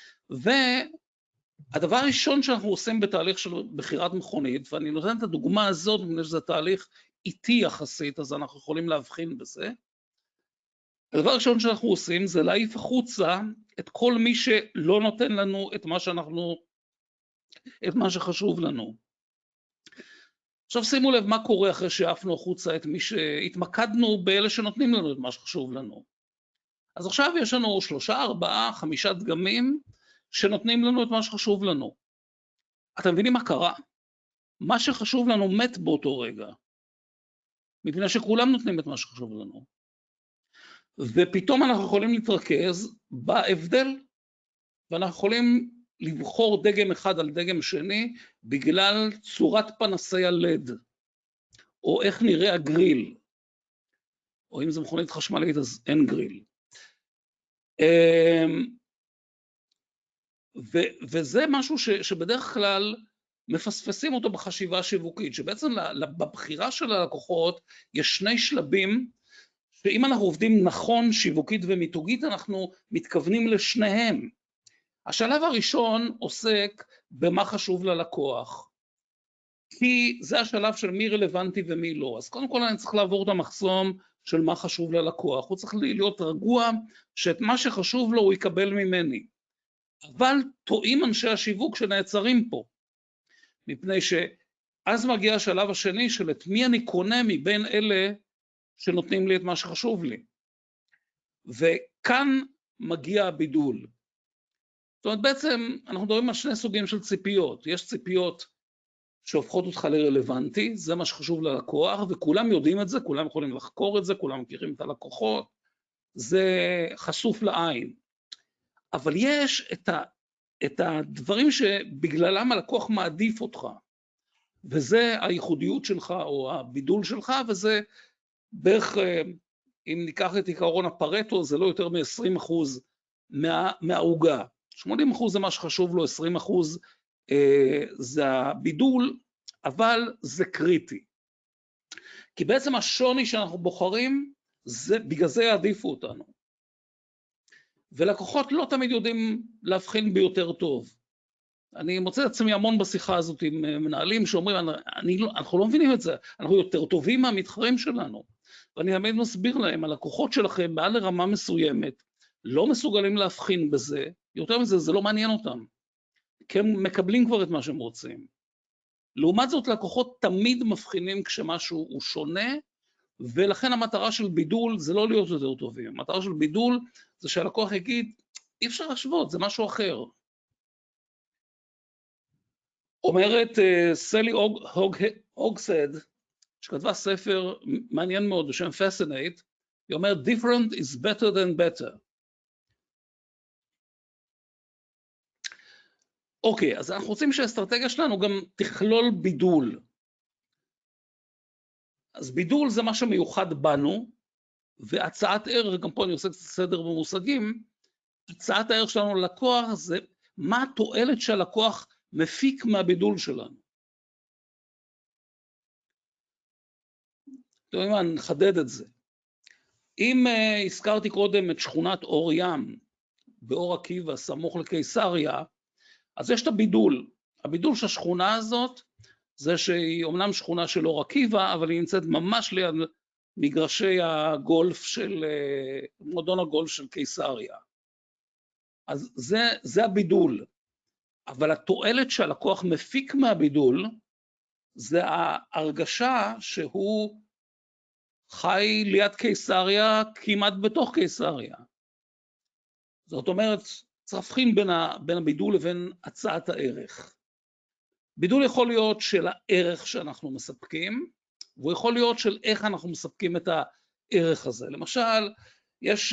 והדבר הראשון שאנחנו עושים בתהליך של בחירת מכונית, ואני נותן את הדוגמה הזאת, מפני שזה תהליך איטי יחסית, אז אנחנו יכולים להבחין בזה, הדבר הראשון שאנחנו עושים זה להעיף החוצה את כל מי שלא נותן לנו את מה שחשוב לנו. עכשיו שימו לב מה קורה אחרי שהעפנו החוצה את מי שהתמקדנו באלה שנותנים לנו את מה שחשוב לנו. אז עכשיו יש לנו 3, 4, 5 דגמים שנותנים לנו את מה שחשוב לנו. אתם מבינים מה קרה? מה שחשוב לנו מת באותו רגע, מפני שכולם נותנים את מה שחשוב לנו. ופתאום אנחנו יכולים להתרכז בהבדל, ואנחנו יכולים לבחור דגם אחד על דגם שני, בגלל צורת פנסי הלד, או איך נראה הגריל, או אם זה מכונית חשמלית אז אין גריל. וזה משהו שבדרך כלל מפספסים אותו בחשיבה השיווקית, שבעצם בבחירה של הלקוחות יש 2 שלבים, שאם אנחנו עובדים נכון שיווקית ומיתוגית, אנחנו מתכוונים לשניהם. השלב הראשון עוסק במה חשוב ללקוח, כי זה השלב של מי רלוונטי ומי לא. אז קודם כל אני צריך לעבור את המחסום של מה חשוב ללקוח, הוא צריך להיות רגוע שאת מה שחשוב לו הוא יקבל ממני. אבל טועים אנשי השיווק שנעצרים פה, מפני שאז מגיע השלב השני של את מי אני קונה מבין אלה שנותנים לי את מה שחשוב לי. וכאן מגיע הבידול. זאת אומרת, בעצם אנחנו מדברים על 2 סוגים של ציפיות. יש ציפיות שהופכות אותך לרלוונטי, זה מה שחשוב ללקוח, וכולם יודעים את זה, כולם יכולים לחקור את זה, כולם מכירים את הלקוחות, זה חשוף לעין. אבל יש את הדברים שבגללם הלקוח מעדיף אותך, וזה הייחודיות שלך או הבידול שלך, וזה בערך, אם ניקח את עיקרון הפרטו, זה לא יותר מ-20% מהעוגה. 80% זה מה שחשוב לו, 20% זה הבידול, אבל זה קריטי. כי בעצם השוני שאנחנו בוחרים, בגלל זה יעדיפו אותנו. ולקוחות לא תמיד יודעים להבחין ביותר טוב. אני מוצא את עצמי המון בשיחה הזאת עם מנהלים שאומרים, אנחנו לא מבינים את זה, אנחנו יותר טובים מהמתחרים שלנו. ואני תמיד מסביר להם, הלקוחות שלכם מעל לרמה מסוימת, לא מסוגלים להבחין בזה, יותר מזה, זה לא מעניין אותם. כי הם מקבלים כבר את מה שהם רוצים. לעומת זאת, לקוחות תמיד מבחינים כשמשהו הוא שונה, ולכן המטרה של בידול זה לא להיות יותר טובים. המטרה של בידול זה שהלקוח יגיד, אי אפשר להשוות, זה משהו אחר. אומרת סלי הוגסד, שכתבה ספר מעניין מאוד בשם Fascinate, היא אומרת, different is better than better. אוקיי, אז אנחנו רוצים שהאסטרטגיה שלנו גם תכלול בידול. אז בידול זה מה שמיוחד בנו, והצעת ערך, גם פה אני עושה קצת סדר במושגים, הצעת הערך שלנו ללקוח זה מה התועלת שהלקוח מפיק מהבידול שלנו. אתם יודעים מה, נחדד את זה. אם הזכרתי קודם את שכונת אור ים, באור עקיבא, סמוך לקיסריה, אז יש את הבידול. הבידול של השכונה הזאת, זה שהיא אומנם שכונה של אור עקיבא, אבל היא נמצאת ממש ליד מגרשי הגולף של, מועדון הגולף של קיסריה. אז זה הבידול. אבל התועלת שהלקוח מפיק מהבידול, זה ההרגשה שהוא חי ליד קיסריה, כמעט בתוך קיסריה. זאת אומרת, צריך להבחין בין הבידול לבין הצעת הערך. בידול יכול להיות של הערך שאנחנו מספקים, והוא יכול להיות של איך אנחנו מספקים את הערך הזה. למשל, יש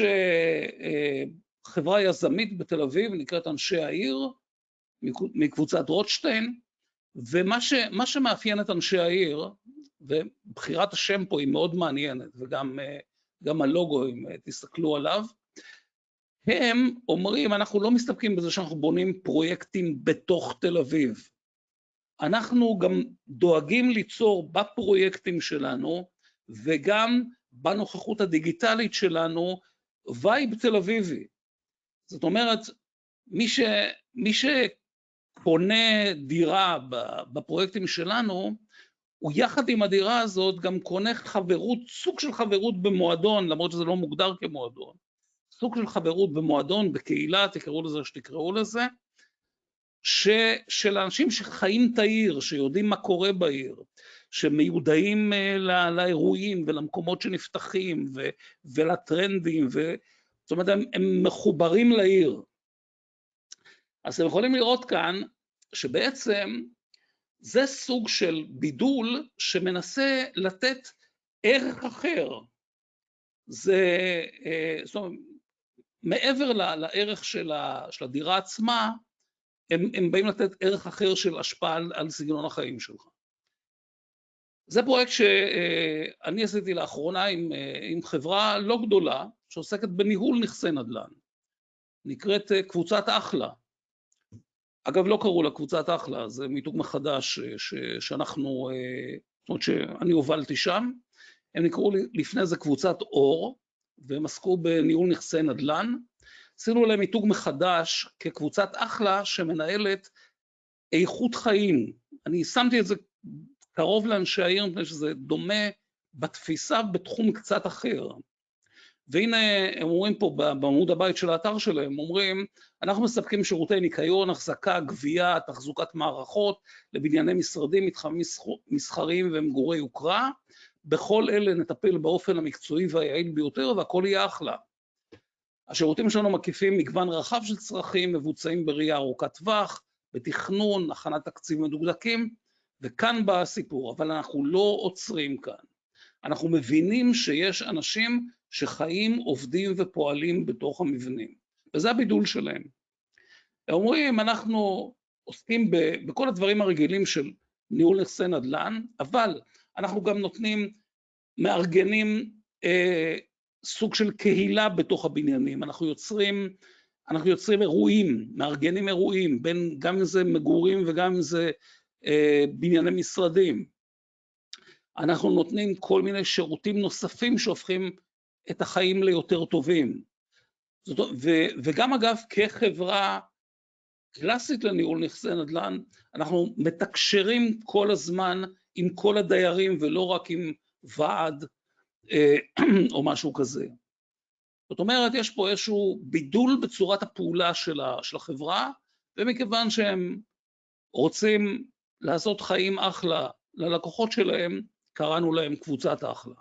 חברה יזמית בתל אביב, נקראת אנשי העיר, מקבוצת רוטשטיין, ומה שמאפיין את אנשי העיר, ובחירת השם פה היא מאוד מעניינת, וגם הלוגו, אם תסתכלו עליו, הם אומרים, אנחנו לא מסתפקים בזה שאנחנו בונים פרויקטים בתוך תל אביב. אנחנו גם דואגים ליצור בפרויקטים שלנו, וגם בנוכחות הדיגיטלית שלנו, וייב תל אביבי. זאת אומרת, מי שקונה דירה בפרויקטים שלנו, הוא יחד עם הדירה הזאת גם קונה חברות, סוג של חברות במועדון, למרות שזה לא מוגדר כמועדון. סוג של חברות במועדון, בקהילה, תקראו לזה שתקראו לזה, של אנשים שחיים את העיר, שיודעים מה קורה בעיר, שמיודעים לאירועים ולמקומות שנפתחים ולטרנדים, זאת אומרת, הם מחוברים לעיר. אז אתם יכולים לראות כאן שבעצם זה סוג של בידול שמנסה לתת ערך אחר. זאת אומרת, מעבר לערך של הדירה עצמה, הם באים לתת ערך אחר של השפעה על סגנון החיים שלך. זה פרויקט שאני עשיתי לאחרונה עם חברה לא גדולה, שעוסקת בניהול נכסי נדל"ן. נקראת קבוצת אחלה. אגב, לא קראו לה קבוצת אחלה, זה מיתוג מחדש שאנחנו, זאת אומרת שאני הובלתי שם. הם נקראו לפני זה קבוצת אור, והם עסקו בניהול נכסי נדל"ן. עשינו להם מיתוג מחדש כקבוצת אחלה שמנהלת איכות חיים. אני שמתי את זה קרוב לאנשי העיר, מפני שזה דומה בתפיסה בתחום קצת אחר. והנה הם אומרים פה בעמוד הבית של האתר שלהם, אומרים, אנחנו מספקים שירותי ניקיון, החזקה, גבייה, תחזוקת מערכות, לבנייני משרדים, מתחמים מסחריים ומגורי יוקרה, בכל אלה נטפל באופן המקצועי והיעיל ביותר, והכל יהיה אחלה. השירותים שלנו מקיפים מגוון רחב של צרכים, מבוצעים בראייה ארוכת טווח, בתכנון, הכנת תקציב מדוקדקים, וכאן בא הסיפור, אבל אנחנו לא עוצרים כאן. אנחנו מבינים שיש אנשים שחיים, עובדים ופועלים בתוך המבנים, וזה הבידול שלהם. הם אומרים, אנחנו עוסקים בכל הדברים הרגילים של ניהול נכסי נדל"ן, אבל אנחנו גם נותנים, מארגנים סוג של קהילה בתוך הבניינים, אנחנו יוצרים אירועים, מארגנים אירועים, גם אם זה מגורים וגם אם זה בנייני משרדים. אנחנו נותנים כל מיני שירותים נוספים שהופכים את החיים ליותר טובים. וגם אגב, כחברה קלאסית לניהול נכסי נדל"ן, אנחנו מתקשרים כל הזמן עם כל הדיירים ולא רק עם ועד או משהו כזה. זאת אומרת, יש פה איזשהו בידול בצורת הפעולה של החברה, ומכיוון שהם רוצים לעשות חיים אחלה ללקוחות שלהם, קראנו להם קבוצת אחלה.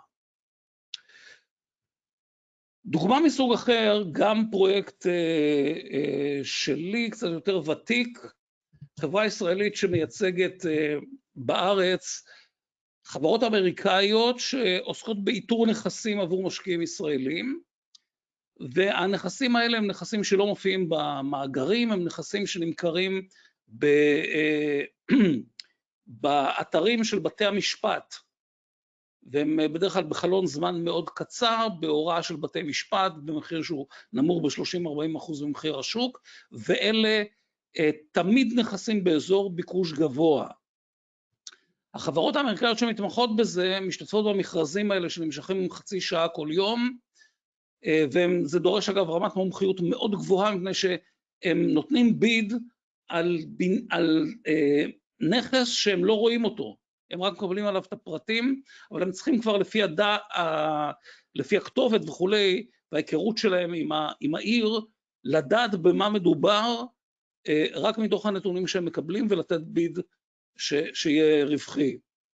דוגמה מסוג אחר, גם פרויקט שלי, קצת יותר ותיק, חברה ישראלית שמייצגת בארץ, חברות אמריקאיות שעוסקות באיתור נכסים עבור משקיעים ישראלים, והנכסים האלה הם נכסים שלא מופיעים במאגרים, הם נכסים שנמכרים באתרים של בתי המשפט, והם בדרך כלל בחלון זמן מאוד קצר, בהוראה של בתי משפט, במחיר שהוא נמוך ב-30-40% ממחיר השוק, ואלה תמיד נכסים באזור ביקוש גבוה. החברות האמריקאיות שמתמחות בזה, משתתפות במכרזים האלה שנמשכים חצי שעה כל יום, וזה דורש אגב רמת מומחיות מאוד גבוהה, מפני שהם נותנים ביד על נכס שהם לא רואים אותו, הם רק מקבלים עליו את הפרטים, אבל הם צריכים כבר לפי הכתובת וכולי, וההיכרות שלהם עם העיר, לדעת במה מדובר, רק מתוך הנתונים שהם מקבלים, ולתת ביד שיהיה רווחי.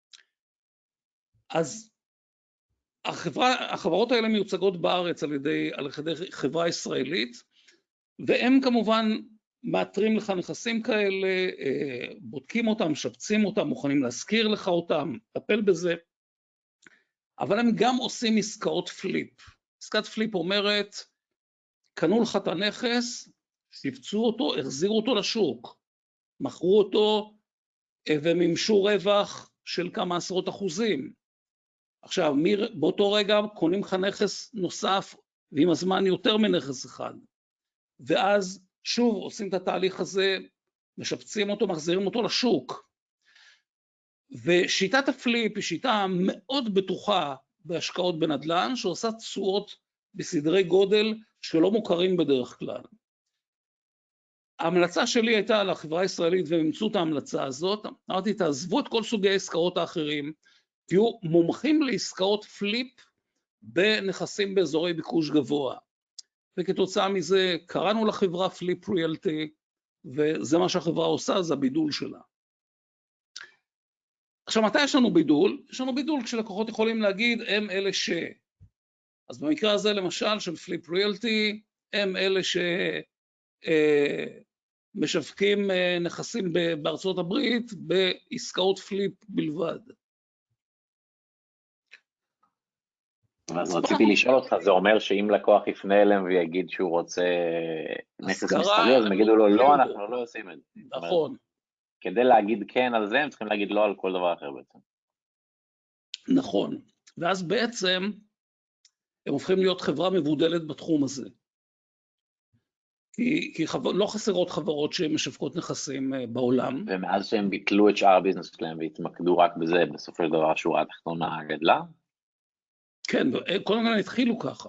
אז החברות האלה מיוצגות בארץ על ידי חברה ישראלית, והם כמובן מאתרים לך נכסים כאלה, בודקים אותם, משפצים אותם, מוכנים להזכיר לך אותם, לטפל בזה, אבל הם גם עושים עסקאות פליפ. עסקת פליפ אומרת, קנו לך את הנכס, שיפצו אותו, החזירו אותו לשוק, מכרו אותו ומימשו רווח של כמה עשרות אחוזים. עכשיו, באותו רגע קונים לך נכס נוסף, ועם הזמן יותר מנכס אחד, ואז שוב עושים את התהליך הזה, משפצים אותו, מחזירים אותו לשוק. ושיטת הפליפ היא שיטה מאוד בטוחה בהשקעות בנדל"ן, שעושה תשואות בסדרי גודל שלא מוכרים בדרך כלל. ההמלצה שלי הייתה לחברה הישראלית, והם אימצו את ההמלצה הזאת, אמרתי, תעזבו את כל סוגי העסקאות האחרים, תהיו מומחים לעסקאות פליפ בנכסים באזורי ביקוש גבוה. וכתוצאה מזה קראנו לחברה פליפ ריאלטי, וזה מה שהחברה עושה, זה הבידול שלה. עכשיו, מתי יש לנו בידול? יש לנו בידול כשלקוחות יכולים להגיד, הם אלה ש... אז במקרה הזה, למשל, של פליפ ריאלטי, הם אלה שמשווקים נכסים בארצות הברית, בעסקאות פליפ בלבד. אז רציתי לשאול אותך, זה אומר שאם לקוח יפנה אליהם ויגיד שהוא רוצה נכס מסחרי, אז הם יגידו לו, לא, אנחנו לא עושים את זה. נכון. כדי להגיד כן על זה, הם צריכים להגיד לא על כל דבר אחר בעצם. נכון, ואז בעצם הם הופכים להיות חברה מבודלת בתחום הזה. כי לא חסרות חברות שמשווקות נכסים בעולם. ומאז שהם ביטלו את שאר הביזנס שלהם והתמקדו רק בזה, בסופו של דבר השורה התחתונה גדלה? כן, כל הזמן התחילו ככה.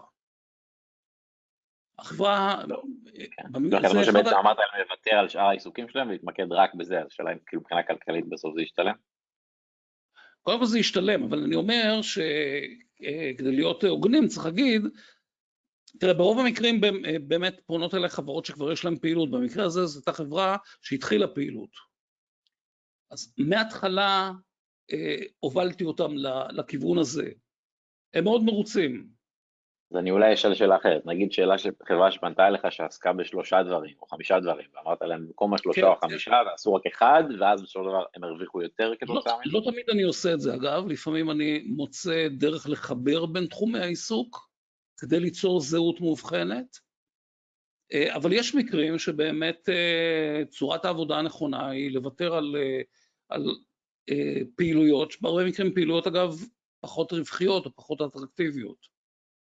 החברה... זה שבעצם אמרת להם לוותר על שאר העיסוקים שלהם ולהתמקד רק בזה, אז שאלה אם כאילו מבחינה כלכלית בסוף זה ישתלם? קודם כל זה ישתלם, אבל אני אומר שכדי להיות הוגנים צריך להגיד, תראה, ברוב המקרים באמת פונות אליי חברות שכבר יש להם פעילות, במקרה הזה זו הייתה חברה שהתחילה פעילות. אז מההתחלה הובלתי אותם לכיוון הזה. הם מאוד מרוצים. אז אני אולי אשאל שאלה אחרת, נגיד חברה שפנתה אליך שעסקה ב3 דברים או 5 דברים, ואמרת להם במקום ה3 או 5, ועשו רק אחד, ואז בסופו של דבר הם הרוויחו יותר כתוצאה מזה? לא תמיד אני עושה את זה אגב, לפעמים אני מוצא דרך לחבר בין תחומי העיסוק, כדי ליצור זהות מאובחנת, אבל יש מקרים שבאמת צורת העבודה הנכונה היא לוותר על פעילויות, בהרבה מקרים פעילויות אגב פחות רווחיות או פחות אטרקטיביות,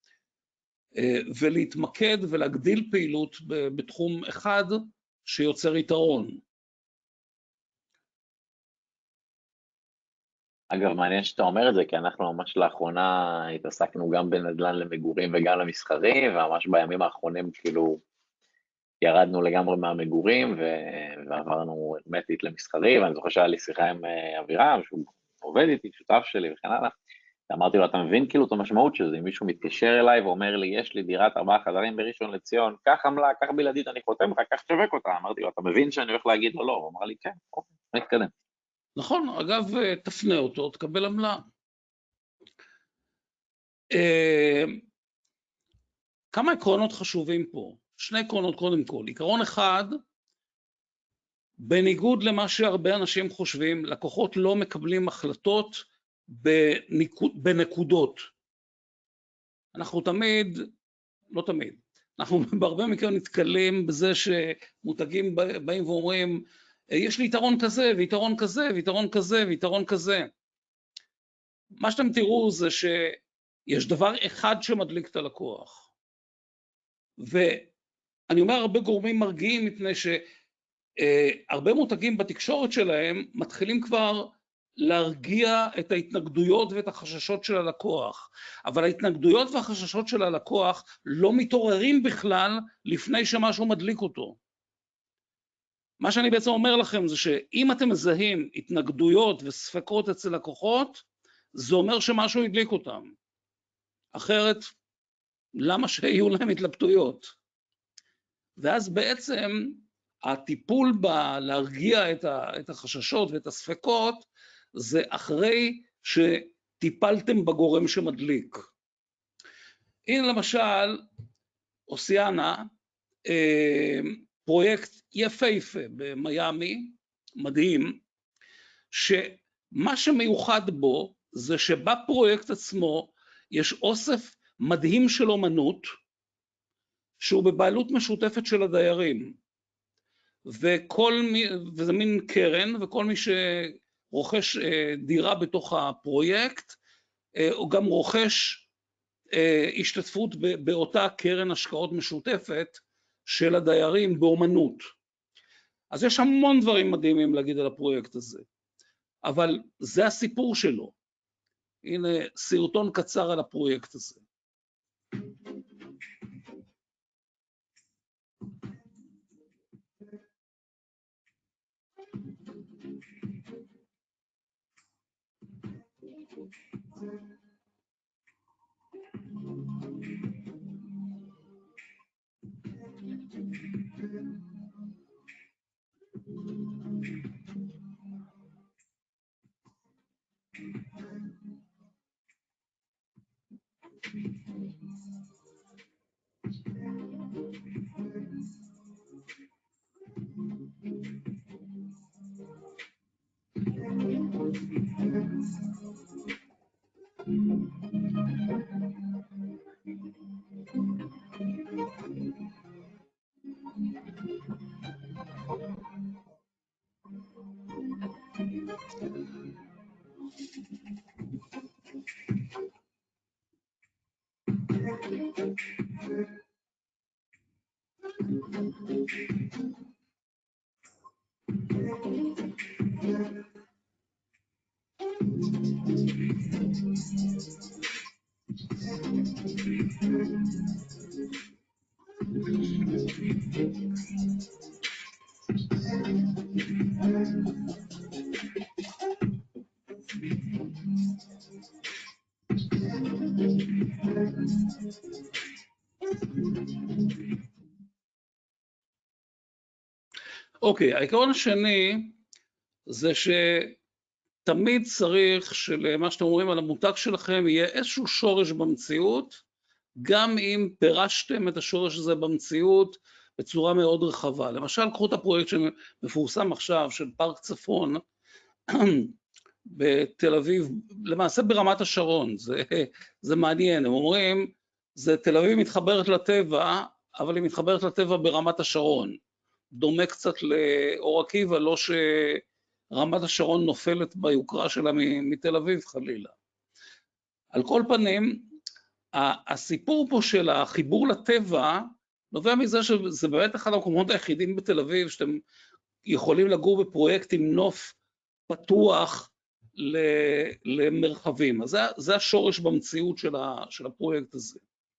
ולהתמקד ולהגדיל פעילות בתחום אחד שיוצר יתרון. אגב, מעניין שאתה אומר את זה, כי אנחנו ממש לאחרונה התעסקנו גם בנדל"ן למגורים וגם למסחרי, וממש בימים האחרונים כאילו ירדנו לגמרי מהמגורים ועברנו הרמטית למסחרי, ואני זוכר שהיה לי שיחה עם אבירם, שהוא עובד איתי, שותף שלי וכן הלאה, ואמרתי לו, אתה מבין כאילו את המשמעות של זה, אם מישהו מתקשר אליי ואומר לי, יש לי דירת 4 חדרים בראשון לציון, קח עמלה, קח בלעדית, אני חותם לך, קח תשווק אותה, אמרתי לו, אתה מבין שאני הולך להגיד לו לא? הוא אמר לי, כן, אוקיי, נתקדם. נכון, אגב, תפנה אותו, תקבל עמלה. כמה עקרונות חשובים פה? 2 עקרונות קודם כל. עיקרון אחד, בניגוד למה שהרבה אנשים חושבים, לקוחות לא מקבלים החלטות בנקודות. אנחנו תמיד, לא תמיד, אנחנו בהרבה מקרים נתקלים בזה שמותגים באים ואומרים, יש לי יתרון כזה, ויתרון כזה, ויתרון כזה, ויתרון כזה. מה שאתם תראו זה שיש דבר אחד שמדליק את הלקוח. ואני אומר הרבה גורמים מרגיעים, מפני שהרבה מותגים בתקשורת שלהם מתחילים כבר להרגיע את ההתנגדויות ואת החששות של הלקוח, אבל ההתנגדויות והחששות של הלקוח לא מתעוררים בכלל לפני שמשהו מדליק אותו. מה שאני בעצם אומר לכם זה שאם אתם מזהים התנגדויות וספקות אצל לקוחות, זה אומר שמשהו הדליק אותם. אחרת, למה שיהיו להם התלבטויות? ואז בעצם הטיפול להרגיע את החששות ואת הספקות, זה אחרי שטיפלתם בגורם שמדליק. הנה למשל, אוסיאנה, פרויקט יפהפה במיימי, מדהים, שמה שמיוחד בו זה שבפרויקט עצמו יש אוסף מדהים של אומנות, שהוא בבעלות משותפת של הדיירים, וזה מין קרן, וכל מי שרוכש דירה בתוך הפרויקט, הוא גם רוכש השתתפות באותה קרן השקעות משותפת של הדיירים באומנות. אז יש המון דברים מדהימים להגיד על הפרויקט הזה, אבל זה הסיפור שלו. הנה סרטון קצר על הפרויקט הזה. אוקיי, העיקרון השני זה שתמיד צריך שלמה שאתם אומרים על המותג שלכם יהיה איזשהו שורש במציאות, גם אם פירשתם את השורש הזה במציאות בצורה מאוד רחבה. למשל, קחו את הפרויקט שמפורסם עכשיו של פארק צפון בתל אביב, למעשה ברמת השרון, זה מעניין, הם אומרים, זה תל אביב מתחברת לטבע, אבל היא מתחברת לטבע ברמת השרון. דומה קצת לאור עקיבא, לא שרמת השרון נופלת ביוקרה שלה מתל אביב חלילה. על כל פנים, הסיפור פה של החיבור לטבע, נובע מזה שזה באמת אחד המקומות היחידים בתל אביב, שאתם יכולים לגור בפרויקט עם נוף פתוח למרחבים. אז זה השורש במציאות של הפרויקט הזה.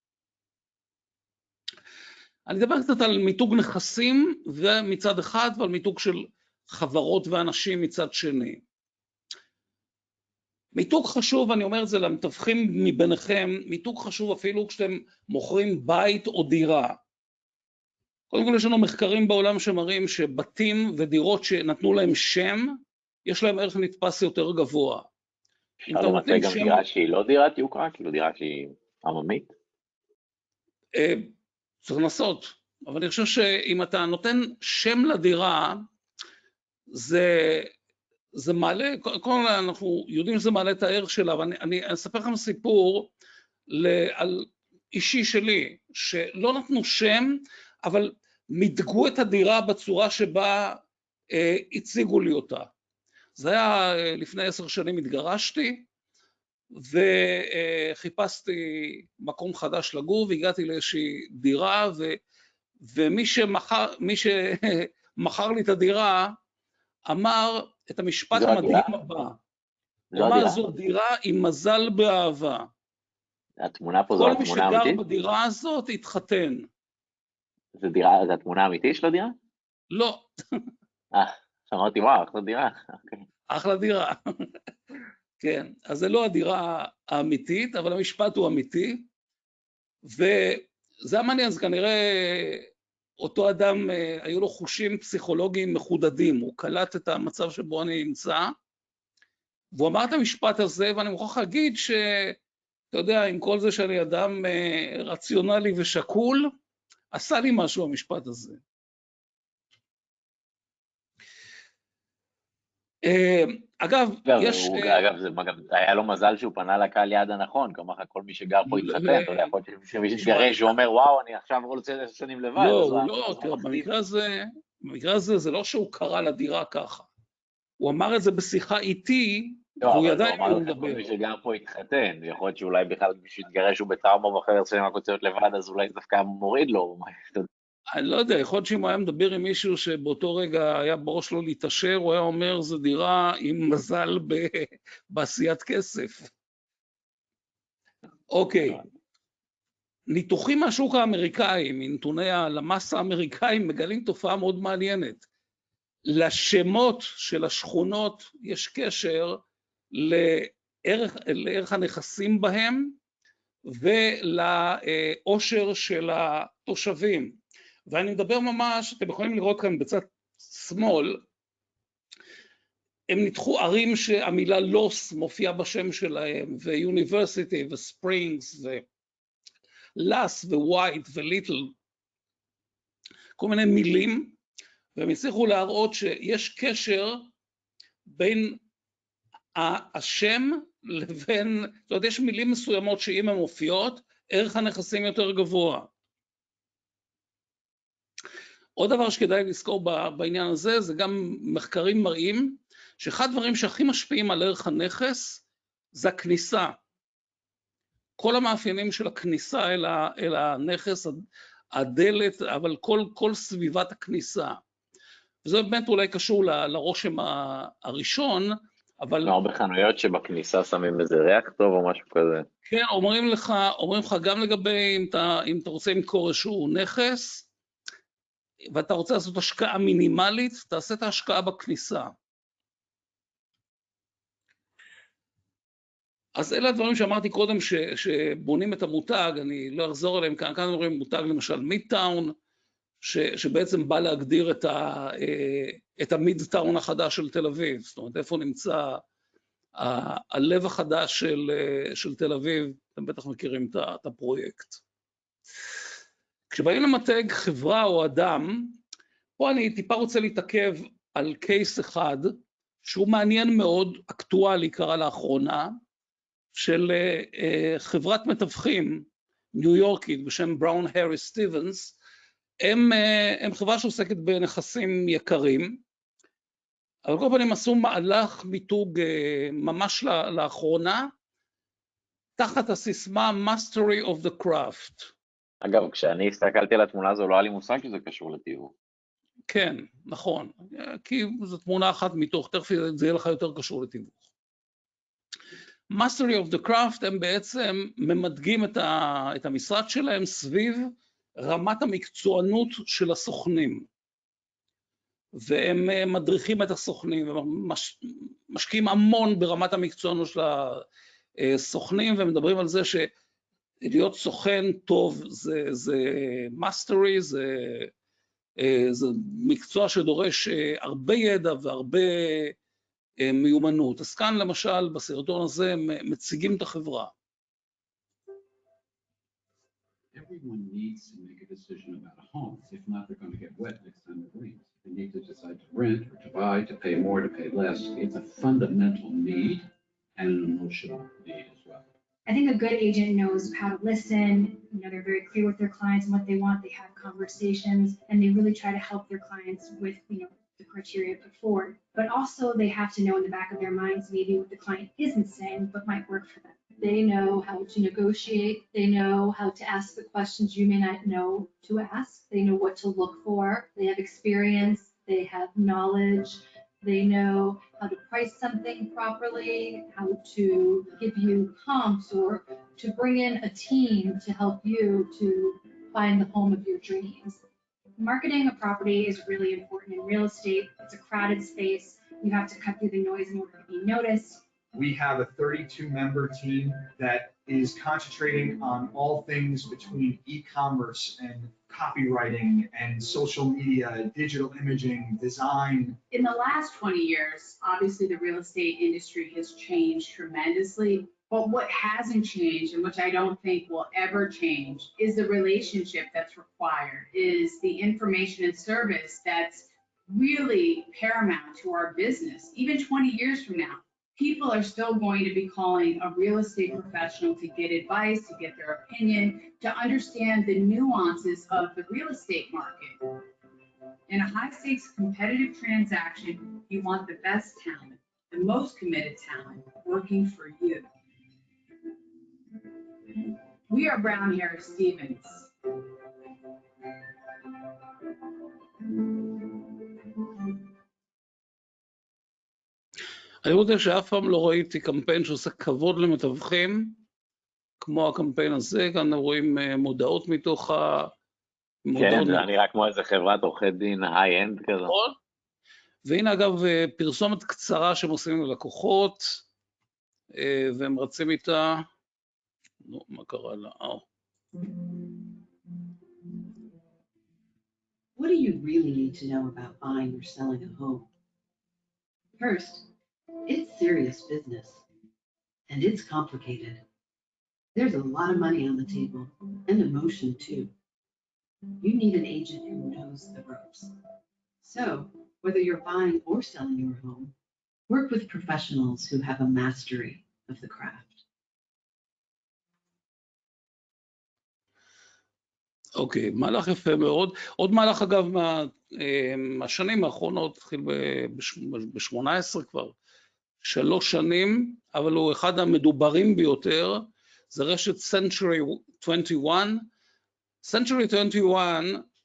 אני אדבר קצת על מיתוג נכסים מצד אחד, ועל מיתוג של חברות ואנשים מצד שני. מיתוג חשוב, אני אומר את זה למתווכים מביניכם, מיתוג חשוב אפילו כשאתם מוכרים בית או דירה. קודם כל יש לנו מחקרים בעולם שמראים שבתים ודירות שנתנו להם שם, יש להם ערך נתפס יותר גבוה. אפשר למצא גם דירה שהיא לא דירת יוקרה, כאילו דירה שהיא עממית? צריך לנסות, אבל אני חושב שאם אתה נותן שם לדירה, זה מעלה, כל אנחנו יודעים שזה מעלה את הערך שלה, אבל אני אספר לכם סיפור על אישי שלי, שלא נתנו שם, אבל מתגו את הדירה בצורה שבה הציגו לי אותה. זה היה לפני 10 שנים התגרשתי, וחיפשתי מקום חדש לגור, והגעתי לאיזושהי דירה, ומי שמכר לי את הדירה, אמר את המשפט המדהים הבא, הוא אמר, זו דירה עם מזל באהבה. התמונה פה זו התמונה האמיתית? כל מי שגר בדירה הזאת התחתן. זו התמונה האמיתית של הדירה? לא. אמרתי, וואו, אחלה דירה. אחלה דירה. כן, אז זה לא הדירה האמיתית, אבל המשפט הוא אמיתי, וזה המעניין, אז כנראה אותו אדם, היו לו חושים פסיכולוגיים מחודדים, הוא קלט את המצב שבו אני נמצא, והוא אמר את המשפט הזה, ואני מוכרח להגיד אתה יודע, עם כל זה שאני אדם רציונלי ושקול, עשה לי משהו המשפט הזה. אגב, יש... אגב, היה לו מזל שהוא פנה לקהל יעד הנכון, כלומר, כל מי שגר פה התחתן, אתה יודע, יכול להיות שמי שתגרש, הוא אומר, וואו, אני עכשיו רוצה 10 שנים לבד. לא, במקרה הזה זה לא שהוא קרא לדירה ככה. הוא אמר את זה בשיחה איתי, והוא ידע אם הוא מדבר. כל מי שגר פה התחתן, יכול להיות שאולי בכלל מי שהתגרש הוא בטראומה ואחר שנים רק רוצה להיות לבד, אז אולי דווקא מוריד לו. אני לא יודע, יכול להיות שאם הוא היה מדבר עם מישהו שבאותו רגע היה בראש לו להתעשר, הוא היה אומר, זו דירה עם מזל בעשיית כסף. אוקיי. ניתוחים מהשוק האמריקאי, מנתוני הלמ"ס האמריקאים, מגלים תופעה מאוד מעניינת. לשמות של השכונות יש קשר לערך הנכסים בהם ולעושר של התושבים. ואני מדבר ממש, אתם יכולים לראות כאן בצד שמאל, הם ניתחו ערים שהמילה לוס מופיעה בשם שלהם, ויוניברסיטי וספרינגס ולאס ווייט וליטל, כל מיני מילים, והם הצליחו להראות שיש קשר בין השם לבין, זאת אומרת, יש מילים מסוימות שאם הן מופיעות, ערך הנכסים יותר גבוה. עוד דבר שכדאי לזכור בעניין הזה, זה גם מחקרים מראים, שאחד הדברים שהכי משפיעים על ערך הנכס, זה הכניסה. כל המאפיינים של הכניסה אל הנכס, הדלת, אבל כל סביבת הכניסה. וזה באמת אולי קשור לרושם הראשון, אבל... הרבה חנויות שבכניסה שמים איזה ריח טוב או משהו כזה. כן, אומרים לך גם לגבי אם אתה רוצה למכור איזשהו נכס, ואתה רוצה לעשות השקעה מינימלית, תעשה את ההשקעה בכניסה. אז אלה הדברים שאמרתי קודם שבונים את המותג, אני לא אחזור עליהם כאן, כאן אומרים מותג למשל מידטאון, שבעצם בא להגדיר את המידטאון החדש של תל אביב, זאת אומרת איפה נמצא הלב החדש של תל אביב, אתם בטח מכירים את הפרויקט. כשבאים למתג חברה או אדם, פה אני טיפה רוצה להתעכב על קייס אחד, שהוא מעניין מאוד, אקטואלי קרה לאחרונה, של חברת מתווכים ניו יורקית בשם בראון האריס סטיבנס, הם חברה שעוסקת בנכסים יקרים, אבל כל פעמים עשו מהלך מיתוג ממש לאחרונה, תחת הסיסמה Mastery of the Craft. אגב, כשאני הסתכלתי על התמונה הזו, לא היה לי מושג שזה קשור לתיווך. כן, נכון, כי זו תמונה אחת מתוך, תכף זה יהיה לך יותר קשור לתיווך. Mastery of the Craft הם בעצם ממדגים את המשרד שלהם סביב רמת המקצוענות של הסוכנים. והם מדריכים את הסוכנים, ומשקיעים המון ברמת המקצוענות של הסוכנים, ומדברים על זה שלהיות סוכן טוב זה mastery, זה מקצוע שדורש הרבה ידע והרבה מיומנות. אז כאן למשל בסרטון הזה הם מציגים את החברה. Everyone needs to make a decision about a home. If not, they're going to get wet next time it rains. They need to decide to rent or to buy, to pay more, to pay less. It's a fundamental need and an emotional need as well. I think a good agent knows how to listen. You know, they're very clear with their clients and what they want. They have conversations and they really try to help their clients with, you know, the criteria put forward. But also they have to know in the back of their minds maybe what the client isn't saying but might work for them. They know how to negotiate. They know how to ask the questions you may not know to ask. They know what to look for. They have experience. They have knowledge. They know how to price something properly, how to give you comps, or to bring in a team to help you to find the home of your dreams. Marketing a property is really important in real estate. It's a crowded space. You have to cut through the noise in order to be noticed. We have a 32-member team that is concentrating on all things between e-commerce and copywriting and social media, digital imaging, design. In the last 20 years, obviously the real estate industry has changed tremendously, but what hasn't changed, and which I don't think will ever change, is the relationship that's required, is the information and service that's really paramount to our business. Even 20 years from now, people are still going to be calling a real estate professional to get advice, to get their opinion, to understand the nuances of the real estate market. In a high-stakes competitive transaction, you want the best talent, the most committed talent working for you. We are Brown Harris Stevens. אני רוצה שאף פעם לא ראיתי קמפיין שעושה כבוד למתווכים, כמו הקמפיין הזה. כאן רואים מודעות מתוך כן, זה נראה כמו איזה חברת עורכי דין היי-אנד כזה. והנה אגב פרסומת קצרה שהם עושים ללקוחות, והם רצים איתה, מה קרה לה? What do you really need to know about buying or selling a home? First, it's serious business, and it's complicated. There's a lot of money on the table, and emotion too. You need an agent who knows the ropes. So, whether you're buying or selling your home, work with professionals who have a mastery of the craft. אוקיי, מהלך יפה מאוד. עוד מהלך אגב מהשנים האחרונות, התחיל ב-18 כבר, 3 שנים, אבל הוא אחד המדוברים ביותר, זה רשת Century 21. Century 21,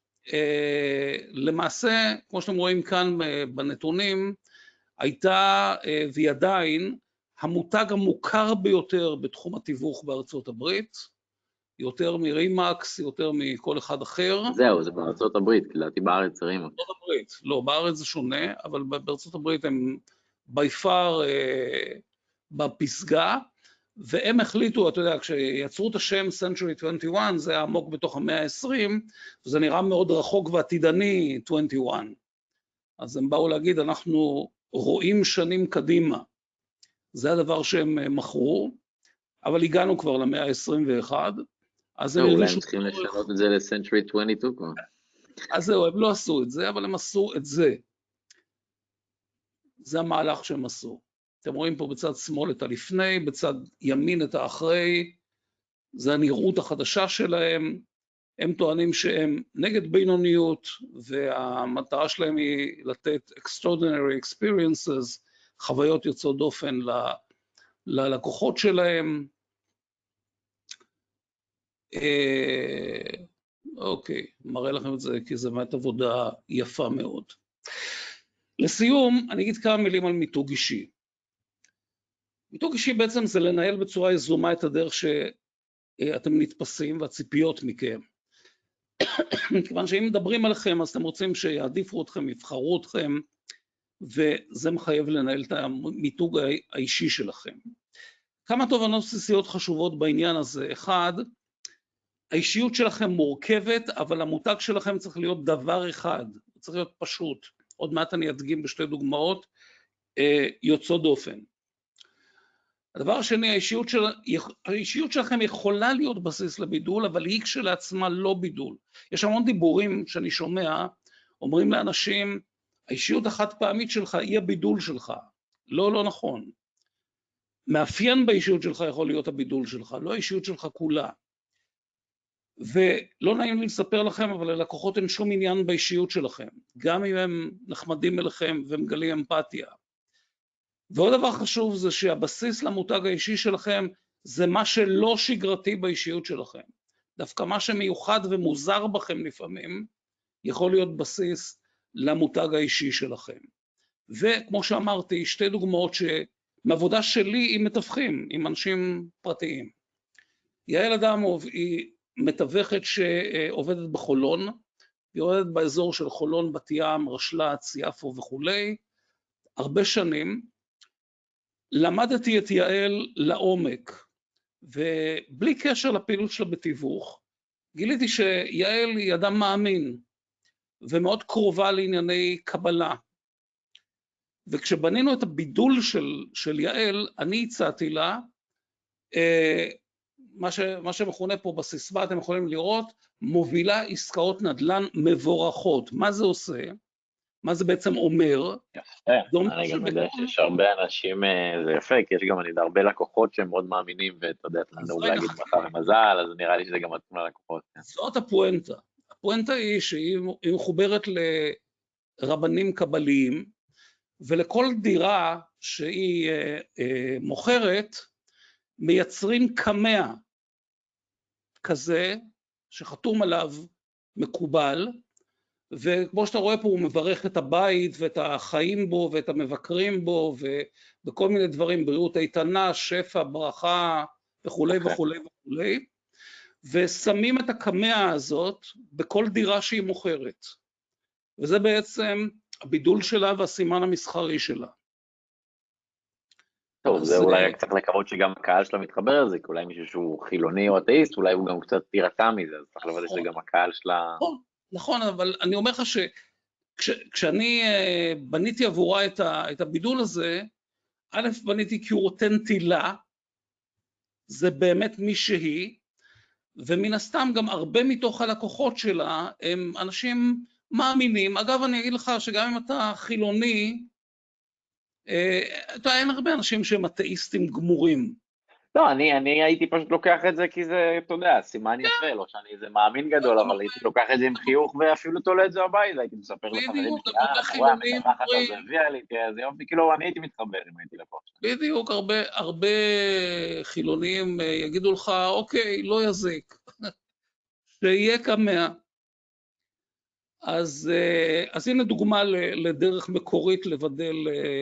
למעשה, כמו שאתם רואים כאן בנתונים, הייתה והיא עדיין המותג המוכר ביותר בתחום התיווך בארצות הברית, יותר מרימקס, יותר מכל אחד אחר. זהו, זה בארצות הברית, כי לדעתי בארץ זה רימקס. בארצות הברית, לא, בארץ זה שונה, אבל בארצות הברית הם by far בפסגה, והם החליטו, אתה יודע, כשיצרו את השם Century 21, זה עמוק בתוך המאה ה-20, וזה נראה מאוד רחוק ועתידני 21. אז הם באו להגיד, אנחנו רואים שנים קדימה. זה הדבר שהם מכרו, אבל הגענו כבר למאה ה-21, אז הם אולי הם צריכים לשנות את זה ל-Century 22 כבר. אז זהו, הם לא עשו את זה, אבל הם עשו את זה. זה המהלך שהם עשו. אתם רואים פה בצד שמאל את הלפני, בצד ימין את האחרי, זה הנראות החדשה שלהם. הם טוענים שהם נגד בינוניות, והמטרה שלהם היא לתת extraordinary experiences, חוויות יוצאות דופן ללקוחות שלהם. אוקיי, מראה לכם את זה כי זה באמת עבודה יפה מאוד. לסיום, אני אגיד כמה מילים על מיתוג אישי. מיתוג אישי בעצם זה לנהל בצורה יזומה את הדרך שאתם נתפסים והציפיות מכם. כיוון שאם מדברים עליכם, אז אתם רוצים שיעדיפו אתכם, יבחרו אתכם, וזה מחייב לנהל את המיתוג האישי שלכם. כמה תובנות בסיסיות חשובות בעניין הזה. אחד, האישיות שלכם מורכבת, אבל המותג שלכם צריך להיות דבר אחד, צריך להיות פשוט. עוד מעט אני אדגים בשתי דוגמאות יוצאות דופן. הדבר השני, האישיות שלכם יכולה להיות בסיס לבידול, אבל היא כשלעצמה לא בידול. יש המון דיבורים שאני שומע, אומרים לאנשים, האישיות החד פעמית שלך היא הבידול שלך. לא, לא נכון. מאפיין באישיות שלך יכול להיות הבידול שלך, לא האישיות שלך כולה. ולא נעים לי לספר לכם, אבל ללקוחות אין שום עניין באישיות שלכם, גם אם הם נחמדים אליכם ומגלים אמפתיה. ועוד דבר חשוב זה שהבסיס למותג האישי שלכם זה מה שלא שגרתי באישיות שלכם. דווקא מה שמיוחד ומוזר בכם לפעמים יכול להיות בסיס למותג האישי שלכם. וכמו שאמרתי, שתי דוגמאות מעבודה שלי עם מתווכים, עם אנשים פרטיים. יעל אדמוב היא מתווכת שעובדת בחולון, היא עובדת באזור של חולון, בת ים, רשל"צ, יפו וכולי, הרבה שנים. למדתי את יעל לעומק, ובלי קשר לפעילות שלה בתיווך, גיליתי שיעל היא אדם מאמין, ומאוד קרובה לענייני קבלה. וכשבנינו את הבידול של יעל, אני הצעתי לה, מה שמכונה פה בסיסמה, אתם יכולים לראות, מובילה עסקאות נדל"ן מבורכות. מה זה עושה? מה זה בעצם אומר? יפה, אני גם יודע שיש הרבה אנשים, זה יפה, כי יש גם אני יודע הרבה לקוחות שהם מאוד מאמינים, ואתה יודע, נהוג להגיד ברכה ומזל, אז נראה לי שזה גם מתאים ללקוחות. זאת הפואנטה. הפואנטה היא שהיא מחוברת לרבנים קבליים, ולכל דירה שהיא מוכרת, מייצרים קמע כזה, שחתום עליו מקובל, וכמו שאתה רואה פה הוא מברך את הבית ואת החיים בו ואת המבקרים בו ובכל מיני דברים, בריאות איתנה, שפע, ברכה וכולי וכולי וכולי, ושמים את הקמע הזאת בכל דירה שהיא מוכרת, וזה בעצם הבידול שלה והסימן המסחרי שלה. טוב, זה אולי קצת לקוות שגם הקהל שלה מתחבר לזה, כי אולי מישהו שהוא חילוני או אתאיסט, אולי הוא גם קצת תירתע מזה, אז צריך לוודא שגם הקהל שלה... נכון, אבל אני אומר לך שכשאני בניתי עבורה את הבידול הזה, א', בניתי כי הוא אותנטי לה, זה באמת מי שהיא, ומן הסתם גם הרבה מתוך הלקוחות שלה הם אנשים מאמינים. אגב, אני אגיד לך שגם אם אתה חילוני, אין הרבה אנשים שהם אתאיסטים גמורים. לא, אני הייתי פשוט לוקח את זה כי זה, אתה יודע, סימן יפה, לא שאני איזה מאמין גדול, אבל הייתי לוקח את זה עם חיוך ואפילו תולה את זה הבית, הייתי מספר לחברים שלי, מורה, המתווכת הזה הביאה לי, זה יופי, כאילו אני הייתי מתחבר אם הייתי לקוח. בדיוק, הרבה חילונים יגידו לך, אוקיי, לא יזיק, שיהיה קמע. אז הנה דוגמה לדרך מקורית לבדל,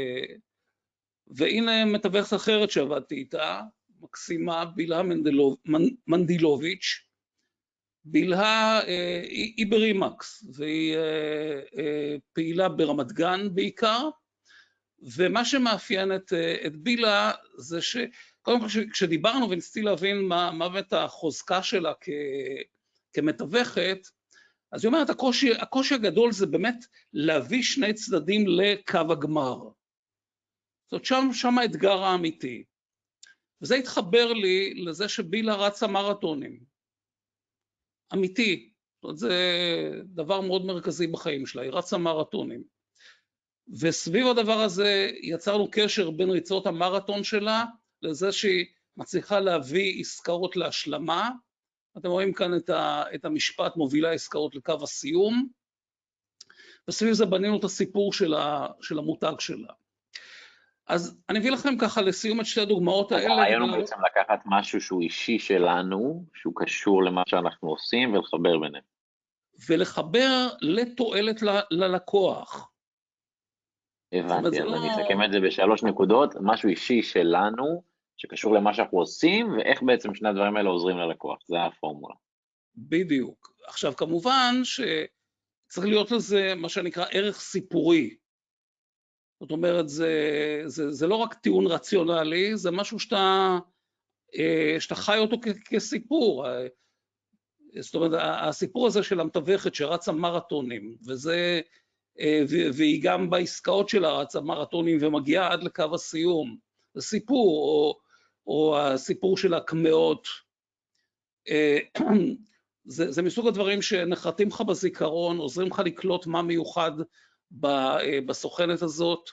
והנה מתווכת אחרת שעבדתי איתה, מקסימה, בילהה מנדילוביץ', בילהה היא ברימקס, והיא פעילה ברמת גן בעיקר, ומה שמאפיין את בילה זה שקודם כל כשדיברנו וניסיתי להבין מה באמת החוזקה שלה כמתווכת, אז היא אומרת, הקושי הגדול זה באמת להביא שני צדדים לקו הגמר. זאת שם האתגר האמיתי. וזה התחבר לי לזה שבילה רצה מרתונים. אמיתי. זאת אומרת, זה דבר מאוד מרכזי בחיים שלה, היא רצה מרתונים. וסביב הדבר הזה יצרנו קשר בין ריצות המרתון שלה, לזה שהיא מצליחה להביא עסקאות להשלמה. אתם רואים כאן את המשפט, מובילה עסקאות לקו הסיום. וסביב זה בנינו את הסיפור של המותג שלה. אז אני אביא לכם ככה לסיום את שתי הדוגמאות האלה. הרעיון הוא בעצם לקחת משהו שהוא אישי שלנו, שהוא קשור למה שאנחנו עושים, ולחבר ביניהם. ולחבר לתועלת ללקוח. הבנתי, אז אני אסכם את זה בשלוש נקודות, משהו אישי שלנו, שקשור למה שאנחנו עושים, ואיך בעצם שני הדברים האלה עוזרים ללקוח, זה הפורמולה. בדיוק. עכשיו, כמובן שצריך להיות לזה מה שנקרא ערך סיפורי. זאת אומרת, זה לא רק טיעון רציונלי, זה משהו שאתה חי אותו כסיפור. זאת אומרת, הסיפור הזה של המתווכת שרצה מרתונים, והיא גם בעסקאות שלה רצה מרתונים ומגיעה עד לקו הסיום. זה סיפור, או הסיפור של הקמאות. זה מסוג הדברים שנחרטים לך בזיכרון, עוזרים לך לקלוט מה מיוחד בסוכנת הזאת.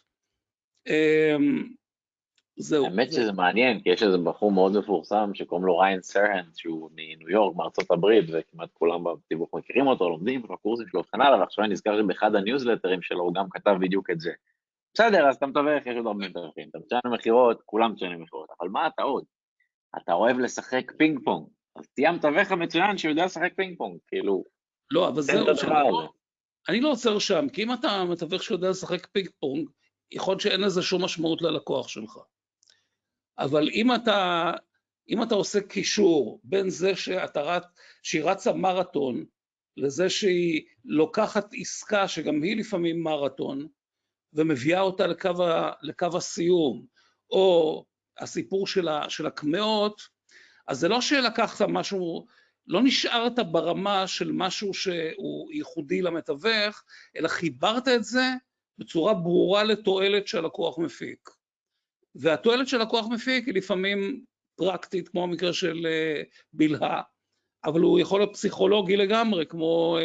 זהו. האמת שזה מעניין, כי יש איזה בחור מאוד מפורסם שקוראים לו ריין סרהנד, שהוא מניו יורק, מארצות הברית, וכמעט כולם בתיווך מכירים אותו, לומדים בקורסים שלו וכן הלאה, ועכשיו אני נזכר שבאחד הניוזלטרים שלו הוא גם כתב בדיוק את זה. בסדר, אז אתה מתווך, יש עוד הרבה מתווכים, אתה מציינים מכירות, כולם מציינים מכירות, אבל מה אתה עוד? אתה אוהב לשחק פינג פונג, אז תהיה מתווך המצוין שיודע לשחק פינג פונג, כאילו... לא, אבל זהו, אני לא עוצר שם, כי אם אתה מתווך שיודע לשחק פינג פונג, יכול להיות שאין לזה שום משמעות ללקוח שלך. אבל אם אתה עושה קישור בין זה שהיא רצה מרתון, לזה שהיא לוקחת עסקה שגם היא לפעמים מרתון, ומביאה אותה לקו הסיום, או הסיפור של הקמאות, אז זה לא שלקחת משהו, לא נשארת ברמה של משהו שהוא ייחודי למתווך, אלא חיברת את זה בצורה ברורה לתועלת שהלקוח מפיק. והתועלת שהלקוח מפיק היא לפעמים פרקטית, כמו המקרה של בלהה, אבל הוא יכול להיות פסיכולוגי לגמרי, כמו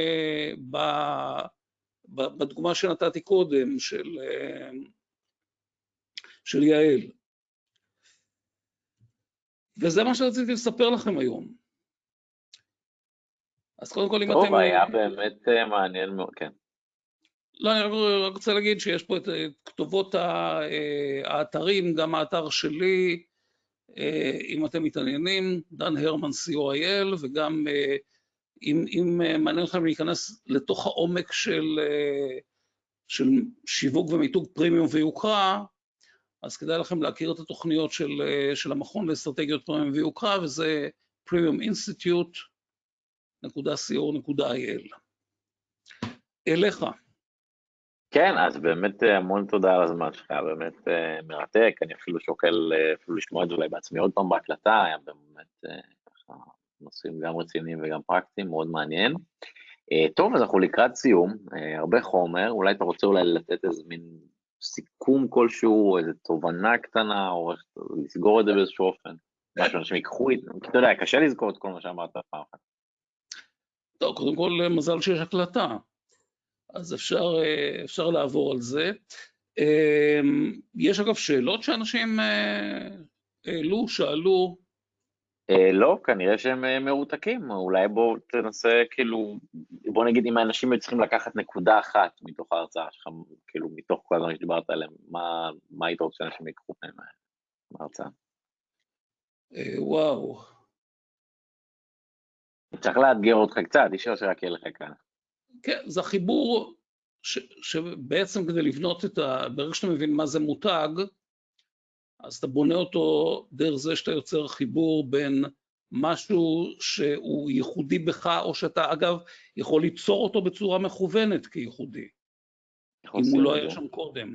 בדוגמה שנתתי קודם, של יעל. וזה מה שרציתי לספר לכם היום. אז קודם כל, אם טוב, אתם... היה באמת מעניין מאוד, כן. לא, אני רק רוצה להגיד שיש פה את כתובות האתרים, גם האתר שלי, אם אתם מתעניינים, דן הרמן co.il, וגם אם מעניין לכם להיכנס לתוך העומק של שיווק ומיתוג פרימיום ויוקרה, אז כדאי לכם להכיר את התוכניות של המכון לאסטרטגיות פרימיום ויוקרה, וזה premiuminstitute.co.il. אליך. כן, אז באמת המון תודה על הזמן שלך, באמת מרתק, אני אפילו שוקל אפילו לשמוע את זה אולי בעצמי עוד פעם בהקלטה, היה באמת ככה נושאים גם רציניים וגם פרקטיים, מאוד מעניין. טוב, אז אנחנו לקראת סיום, הרבה חומר, אולי אתה רוצה אולי לתת איזה מין סיכום כלשהו, איזו תובנה קטנה, או לסגור את זה באיזשהו אופן, משהו אנשים ייקחו את זה, כי אתה יודע, קשה לזכור את כל מה שאמרת פעם אחת. טוב, קודם כל מזל שיש הקלטה. אז אפשר לעבור על זה. יש אגב שאלות שאנשים העלו, שאלו? לא, כנראה שהם מרותקים, אולי בוא תנסה, כאילו, בוא נגיד אם האנשים צריכים לקחת נקודה אחת מתוך ההרצאה שלך, כאילו מתוך כל הדברים שדיברת עליהם, מה היית רוצה שאנשים יקחו מההרצאה? וואו. צריך לאתגר אותך קצת, אישור שרק יהיה לך כאן. כן, זה החיבור שבעצם כדי לבנות ברגע שאתה מבין מה זה מותג, אז אתה בונה אותו דרך זה שאתה יוצר חיבור בין משהו שהוא ייחודי בך, או שאתה אגב יכול ליצור אותו בצורה מכוונת כייחודי, אם הוא לא היה שם קודם.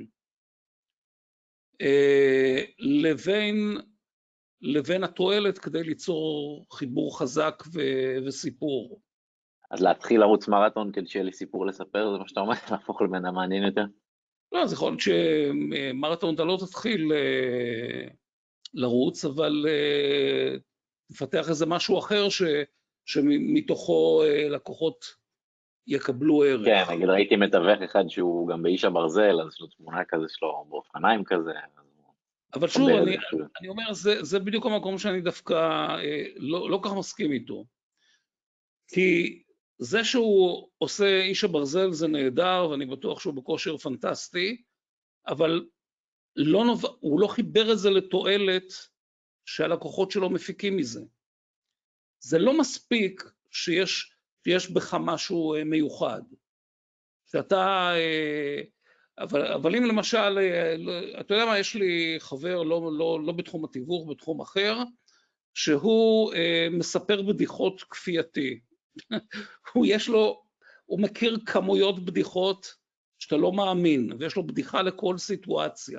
לבין התועלת כדי ליצור חיבור חזק וסיפור. אז להתחיל לרוץ מרתון כדי שיהיה לי סיפור לספר, זה מה שאתה אומר, להפוך לבן המעניין יותר? לא, אז יכול להיות שמרתון אתה לא תתחיל לרוץ, אבל תפתח איזה משהו אחר שמתוכו לקוחות יקבלו ערך. כן, נגיד ראיתי מתווך אחד שהוא גם באיש הברזל, אז יש לו תמונה כזה שלו באופניים כזה. אבל שוב, אני אומר, זה בדיוק המקום שאני דווקא לא כך מסכים איתו. כי זה שהוא עושה איש הברזל זה נהדר, ואני בטוח שהוא בכושר פנטסטי, אבל הוא לא חיבר את זה לתועלת שהלקוחות שלו מפיקים מזה. זה לא מספיק שיש בך משהו מיוחד. אבל אם למשל, אתה יודע מה, יש לי חבר לא בתחום התיווך, בתחום אחר, שהוא מספר בדיחות כפייתי. הוא מכיר כמויות בדיחות שאתה לא מאמין, ויש לו בדיחה לכל סיטואציה.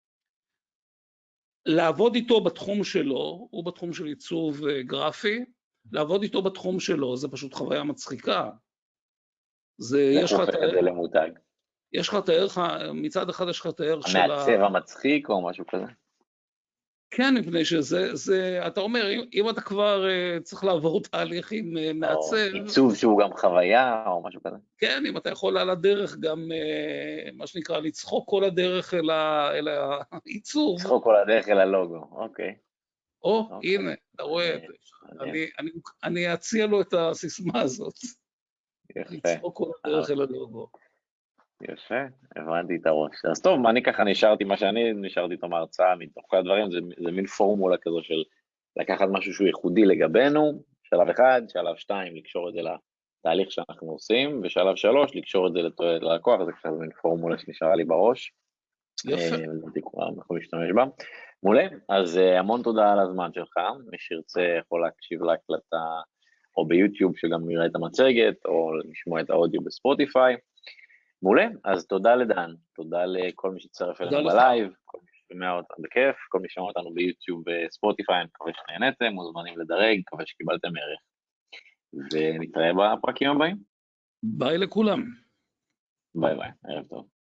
לעבוד איתו בתחום שלו, הוא בתחום של עיצוב גרפי, לעבוד איתו בתחום שלו, זה פשוט חוויה מצחיקה. איך הופך את זה למותג? יש לך את הערך, מצד אחד יש לך את הערך של המעצב המצחיק או משהו כזה? כן, מפני שזה, אתה אומר, אם אתה כבר צריך לעבור תהליך עם מעצב... או עיצוב שהוא גם חוויה או משהו כזה. כן, אם אתה יכול על הדרך גם, מה שנקרא, לצחוק כל הדרך אל העיצוב. לצחוק כל הדרך אל הלוגו, אוקיי. הנה, אתה רואה, אני אציע לו את הסיסמה הזאת. יפה. לצחוק כל הדרך אל הלוגו. יפה, הבנתי את הראש. אז טוב, אני ככה נשארתי, מה שאני נשארתי איתו מההרצאה, מתוך כל הדברים, זה מין פורמולה כזו של לקחת משהו שהוא ייחודי לגבינו, שלב אחד, שלב 2, לקשור את זה לתהליך שאנחנו עושים, ושלב 3, לקשור את זה ללקוח, זה ככה מין פורמולה שנשארה לי בראש. יפה. לדעתי כולם יכולים להשתמש בה. מעולה, אז המון תודה על הזמן שלך, מי שירצה יכול להקשיב להקלטה או ביוטיוב שגם יראה את המצגת, או לשמוע את האודיו בספוטיפיי. מעולה, אז תודה לדן, תודה לכל מי שצטרף אלינו בלייב, כל מי ששומע אותנו בכיף, כל מי ששומע אותנו ביוטיוב וספוטיפיי, אני מקווה שנהנתם, מוזמנים לדרג, מקווה שקיבלתם ערך, ונתראה בפרקים הבאים. ביי לכולם. ביי ביי, ערב טוב.